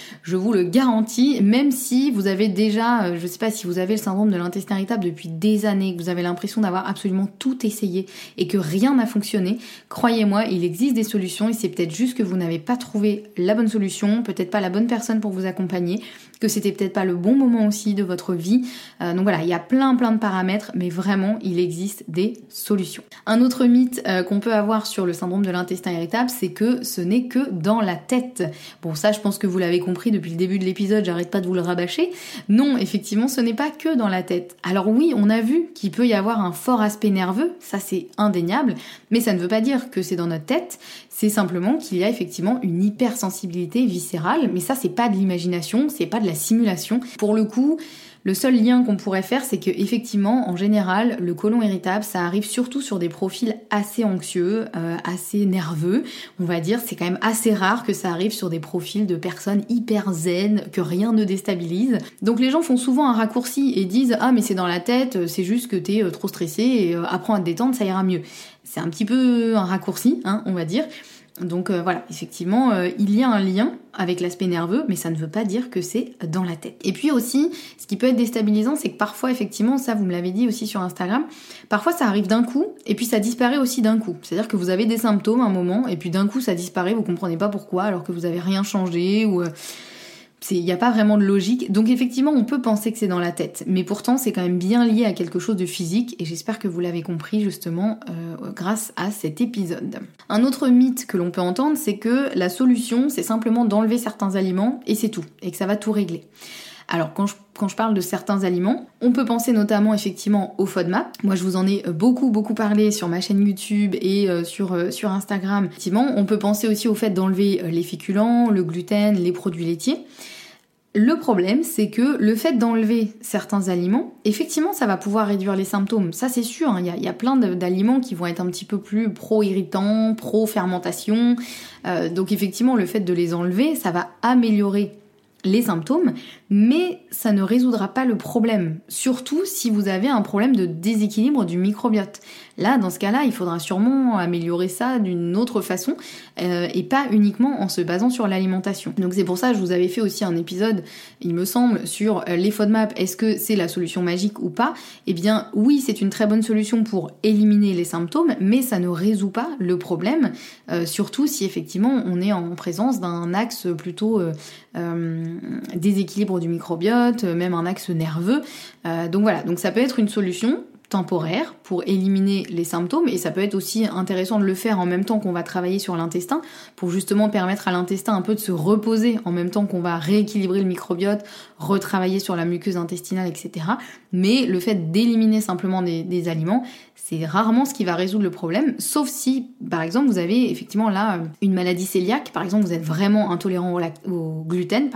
le garantis, même si vous avez déjà, je sais pas si vous avez le syndrome de l'intestin irritable depuis des années, que vous avez l'impression d'avoir absolument tout essayé et que rien n'a fonctionné, croyez-moi, il existe des solutions et c'est peut-être juste que vous n'avez pas trouvé la bonne solution, peut-être pas la bonne personne pour vous accompagner, que c'était peut-être pas le bon moment aussi de votre vie. Donc voilà, il y a plein de paramètres, mais vraiment il existe des solutions. Un autre mythe qu'on peut avoir sur le syndrome de l'intestin irritable, c'est que ce n'est que dans la tête. Bon, ça je pense que vous l'avez compris depuis le début de l'épisode, j'arrête pas de vous le rabâcher. Non, effectivement, ce n'est pas que dans la tête. Alors oui, on a vu qu'il peut y avoir un fort aspect nerveux, ça c'est indéniable, mais ça ne veut pas dire que c'est dans notre tête, c'est simplement qu'il y a effectivement une hypersensibilité viscérale, mais ça c'est pas de l'imagination, c'est pas de la simulation. Pour le coup, le seul lien qu'on pourrait faire, c'est que effectivement, en général, le côlon irritable, ça arrive surtout sur des profils assez anxieux, assez nerveux. On va dire, c'est quand même assez rare que ça arrive sur des profils de personnes hyper zen, que rien ne déstabilise. Donc les gens font souvent un raccourci et disent « Ah mais c'est dans la tête, c'est juste que t'es trop stressé et apprends à te détendre, ça ira mieux ». C'est un petit peu un raccourci, on va dire. Donc voilà, effectivement, il y a un lien avec l'aspect nerveux, mais ça ne veut pas dire que c'est dans la tête. Et puis aussi, ce qui peut être déstabilisant, c'est que parfois, effectivement, ça vous me l'avez dit aussi sur Instagram, parfois ça arrive d'un coup, et puis ça disparaît aussi d'un coup. C'est-à-dire que vous avez des symptômes un moment, et puis d'un coup ça disparaît, vous comprenez pas pourquoi, alors que vous avez rien changé, ou... il n'y a pas vraiment de logique. Donc effectivement, on peut penser que c'est dans la tête. Mais pourtant, c'est quand même bien lié à quelque chose de physique. Et j'espère que vous l'avez compris justement grâce à cet épisode. Un autre mythe que l'on peut entendre, c'est que la solution, c'est simplement d'enlever certains aliments et c'est tout. Et que ça va tout régler. Alors quand je parle de certains aliments, on peut penser notamment effectivement au FODMAP. Moi je vous en ai beaucoup parlé sur ma chaîne YouTube et sur Instagram. Effectivement, on peut penser aussi au fait d'enlever les féculents, le gluten, les produits laitiers. Le problème, c'est que le fait d'enlever certains aliments, effectivement, ça va pouvoir réduire les symptômes. Ça, c'est sûr, hein. Il y a plein d'aliments qui vont être un petit peu plus pro-irritants, pro-fermentation. Donc effectivement, le fait de les enlever, ça va améliorer les symptômes, mais ça ne résoudra pas le problème. Surtout si vous avez un problème de déséquilibre du microbiote. Là, dans ce cas-là, il faudra sûrement améliorer ça d'une autre façon et pas uniquement en se basant sur l'alimentation. Donc c'est pour ça que je vous avais fait aussi un épisode, il me semble, sur les FODMAP. Est-ce que c'est la solution magique ou pas ? Eh bien oui, c'est une très bonne solution pour éliminer les symptômes, mais ça ne résout pas le problème, surtout si effectivement on est en présence d'un axe plutôt déséquilibre du microbiote, même un axe nerveux. Donc voilà, donc ça peut être une solution temporaire pour éliminer les symptômes et ça peut être aussi intéressant de le faire en même temps qu'on va travailler sur l'intestin pour justement permettre à l'intestin un peu de se reposer en même temps qu'on va rééquilibrer le microbiote, retravailler sur la muqueuse intestinale, etc. Mais le fait d'éliminer simplement des aliments, c'est rarement ce qui va résoudre le problème, sauf si, par exemple, vous avez effectivement là une maladie cœliaque, par exemple, vous êtes vraiment intolérant au gluten,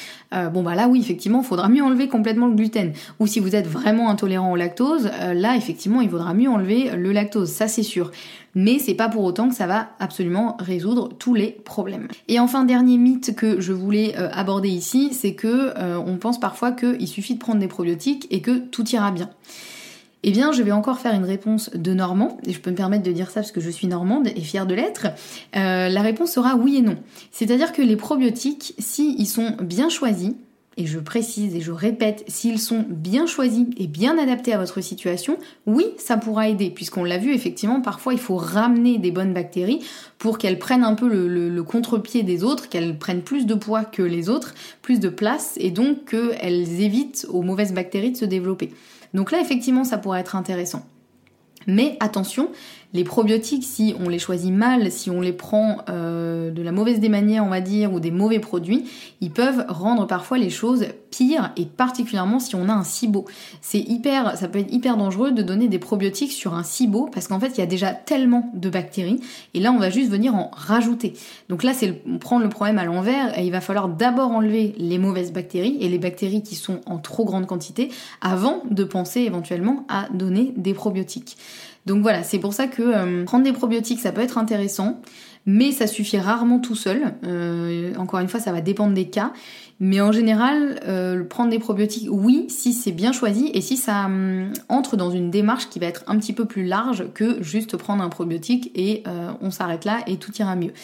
là oui, effectivement, il faudra mieux enlever complètement le gluten. Ou si vous êtes vraiment intolérant au lactose, là, effectivement, il faudra mieux enlever le lactose, ça c'est sûr. Mais c'est pas pour autant que ça va absolument résoudre tous les problèmes. Et enfin, dernier mythe que je voulais aborder ici, c'est que on pense parfois qu'il suffit de prendre des probiotiques et que tout ira bien. Eh bien, je vais encore faire une réponse de Normand, et je peux me permettre de dire ça parce que je suis normande et fière de l'être. La réponse sera oui et non. C'est-à-dire que les probiotiques, s'ils sont bien choisis, et je précise et je répète, s'ils sont bien choisis et bien adaptés à votre situation, oui, ça pourra aider, puisqu'on l'a vu, effectivement, parfois il faut ramener des bonnes bactéries pour qu'elles prennent un peu le contre-pied des autres, qu'elles prennent plus de poids que les autres, plus de place, et donc qu'elles évitent aux mauvaises bactéries de se développer. Donc là, effectivement, ça pourrait être intéressant. Mais attention, Les probiotiques, si on les choisit mal, si on les prend de la mauvaise des manières, on va dire, ou des mauvais produits, ils peuvent rendre parfois les choses pires, et particulièrement si on a un SIBO. Ça peut être hyper dangereux de donner des probiotiques sur un SIBO, parce qu'en fait, il y a déjà tellement de bactéries, et là, on va juste venir en rajouter. Donc là, c'est prendre le problème à l'envers, et il va falloir d'abord enlever les mauvaises bactéries, et les bactéries qui sont en trop grande quantité, avant de penser éventuellement à donner des probiotiques. Donc voilà, c'est pour ça que prendre des probiotiques, ça peut être intéressant, mais ça suffit rarement tout seul. Encore une fois, ça va dépendre des cas. Mais en général, prendre des probiotiques, oui, si c'est bien choisi et si ça entre dans une démarche qui va être un petit peu plus large que juste prendre un probiotique et on s'arrête là et tout ira mieux.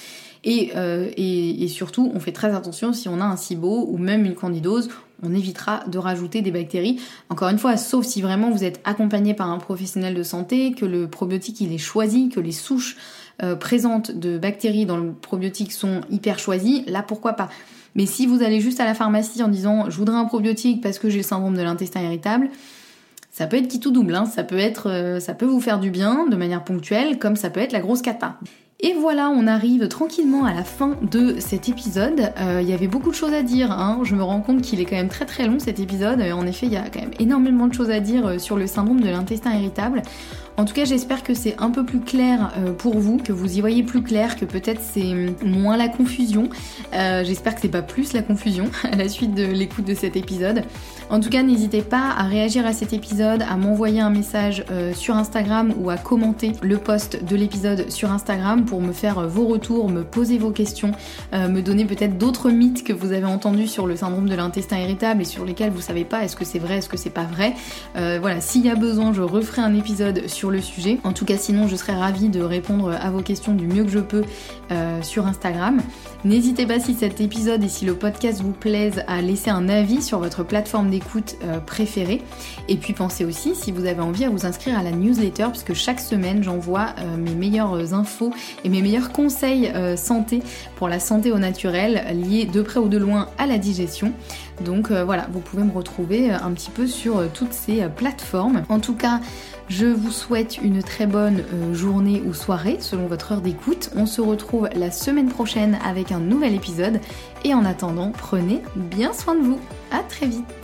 Et surtout, on fait très attention si on a un SIBO ou même une candidose, on évitera de rajouter des bactéries. Encore une fois, sauf si vraiment vous êtes accompagné par un professionnel de santé, que le probiotique il est choisi, que les souches présentes de bactéries dans le probiotique sont hyper choisies, là pourquoi pas. Mais si vous allez juste à la pharmacie en disant je voudrais un probiotique parce que j'ai le syndrome de l'intestin irritable, ça peut être qui tout double, hein. Ça peut vous faire du bien de manière ponctuelle, comme ça peut être la grosse cata. Et voilà, on arrive tranquillement à la fin de cet épisode. Il y avait beaucoup de choses à dire, hein. Je me rends compte qu'il est quand même très très long cet épisode. En effet, il y a quand même énormément de choses à dire sur le syndrome de l'intestin irritable. En tout cas, j'espère que c'est un peu plus clair pour vous, que vous y voyez plus clair, que peut-être c'est moins la confusion. J'espère que c'est pas plus la confusion à la suite de l'écoute de cet épisode. En tout cas, n'hésitez pas à réagir à cet épisode, à m'envoyer un message sur Instagram ou à commenter le post de l'épisode sur Instagram pour me faire vos retours, me poser vos questions, me donner peut-être d'autres mythes que vous avez entendus sur le syndrome de l'intestin irritable et sur lesquels vous savez pas est-ce que c'est vrai, est-ce que c'est pas vrai. Voilà, s'il y a besoin, je referai un épisode sur le sujet. En tout cas, sinon, je serais ravie de répondre à vos questions du mieux que je peux sur Instagram. N'hésitez pas, si cet épisode et si le podcast vous plaise, à laisser un avis sur votre plateforme d'écoute préférée. Et puis pensez aussi, si vous avez envie, à vous inscrire à la newsletter, puisque chaque semaine, j'envoie mes meilleures infos et mes meilleurs conseils santé pour la santé au naturel, liés de près ou de loin à la digestion. Donc voilà, vous pouvez me retrouver un petit peu sur toutes ces plateformes. En tout cas, je vous souhaite une très bonne journée ou soirée selon votre heure d'écoute. On se retrouve la semaine prochaine avec un nouvel épisode. Et en attendant, prenez bien soin de vous. À très vite.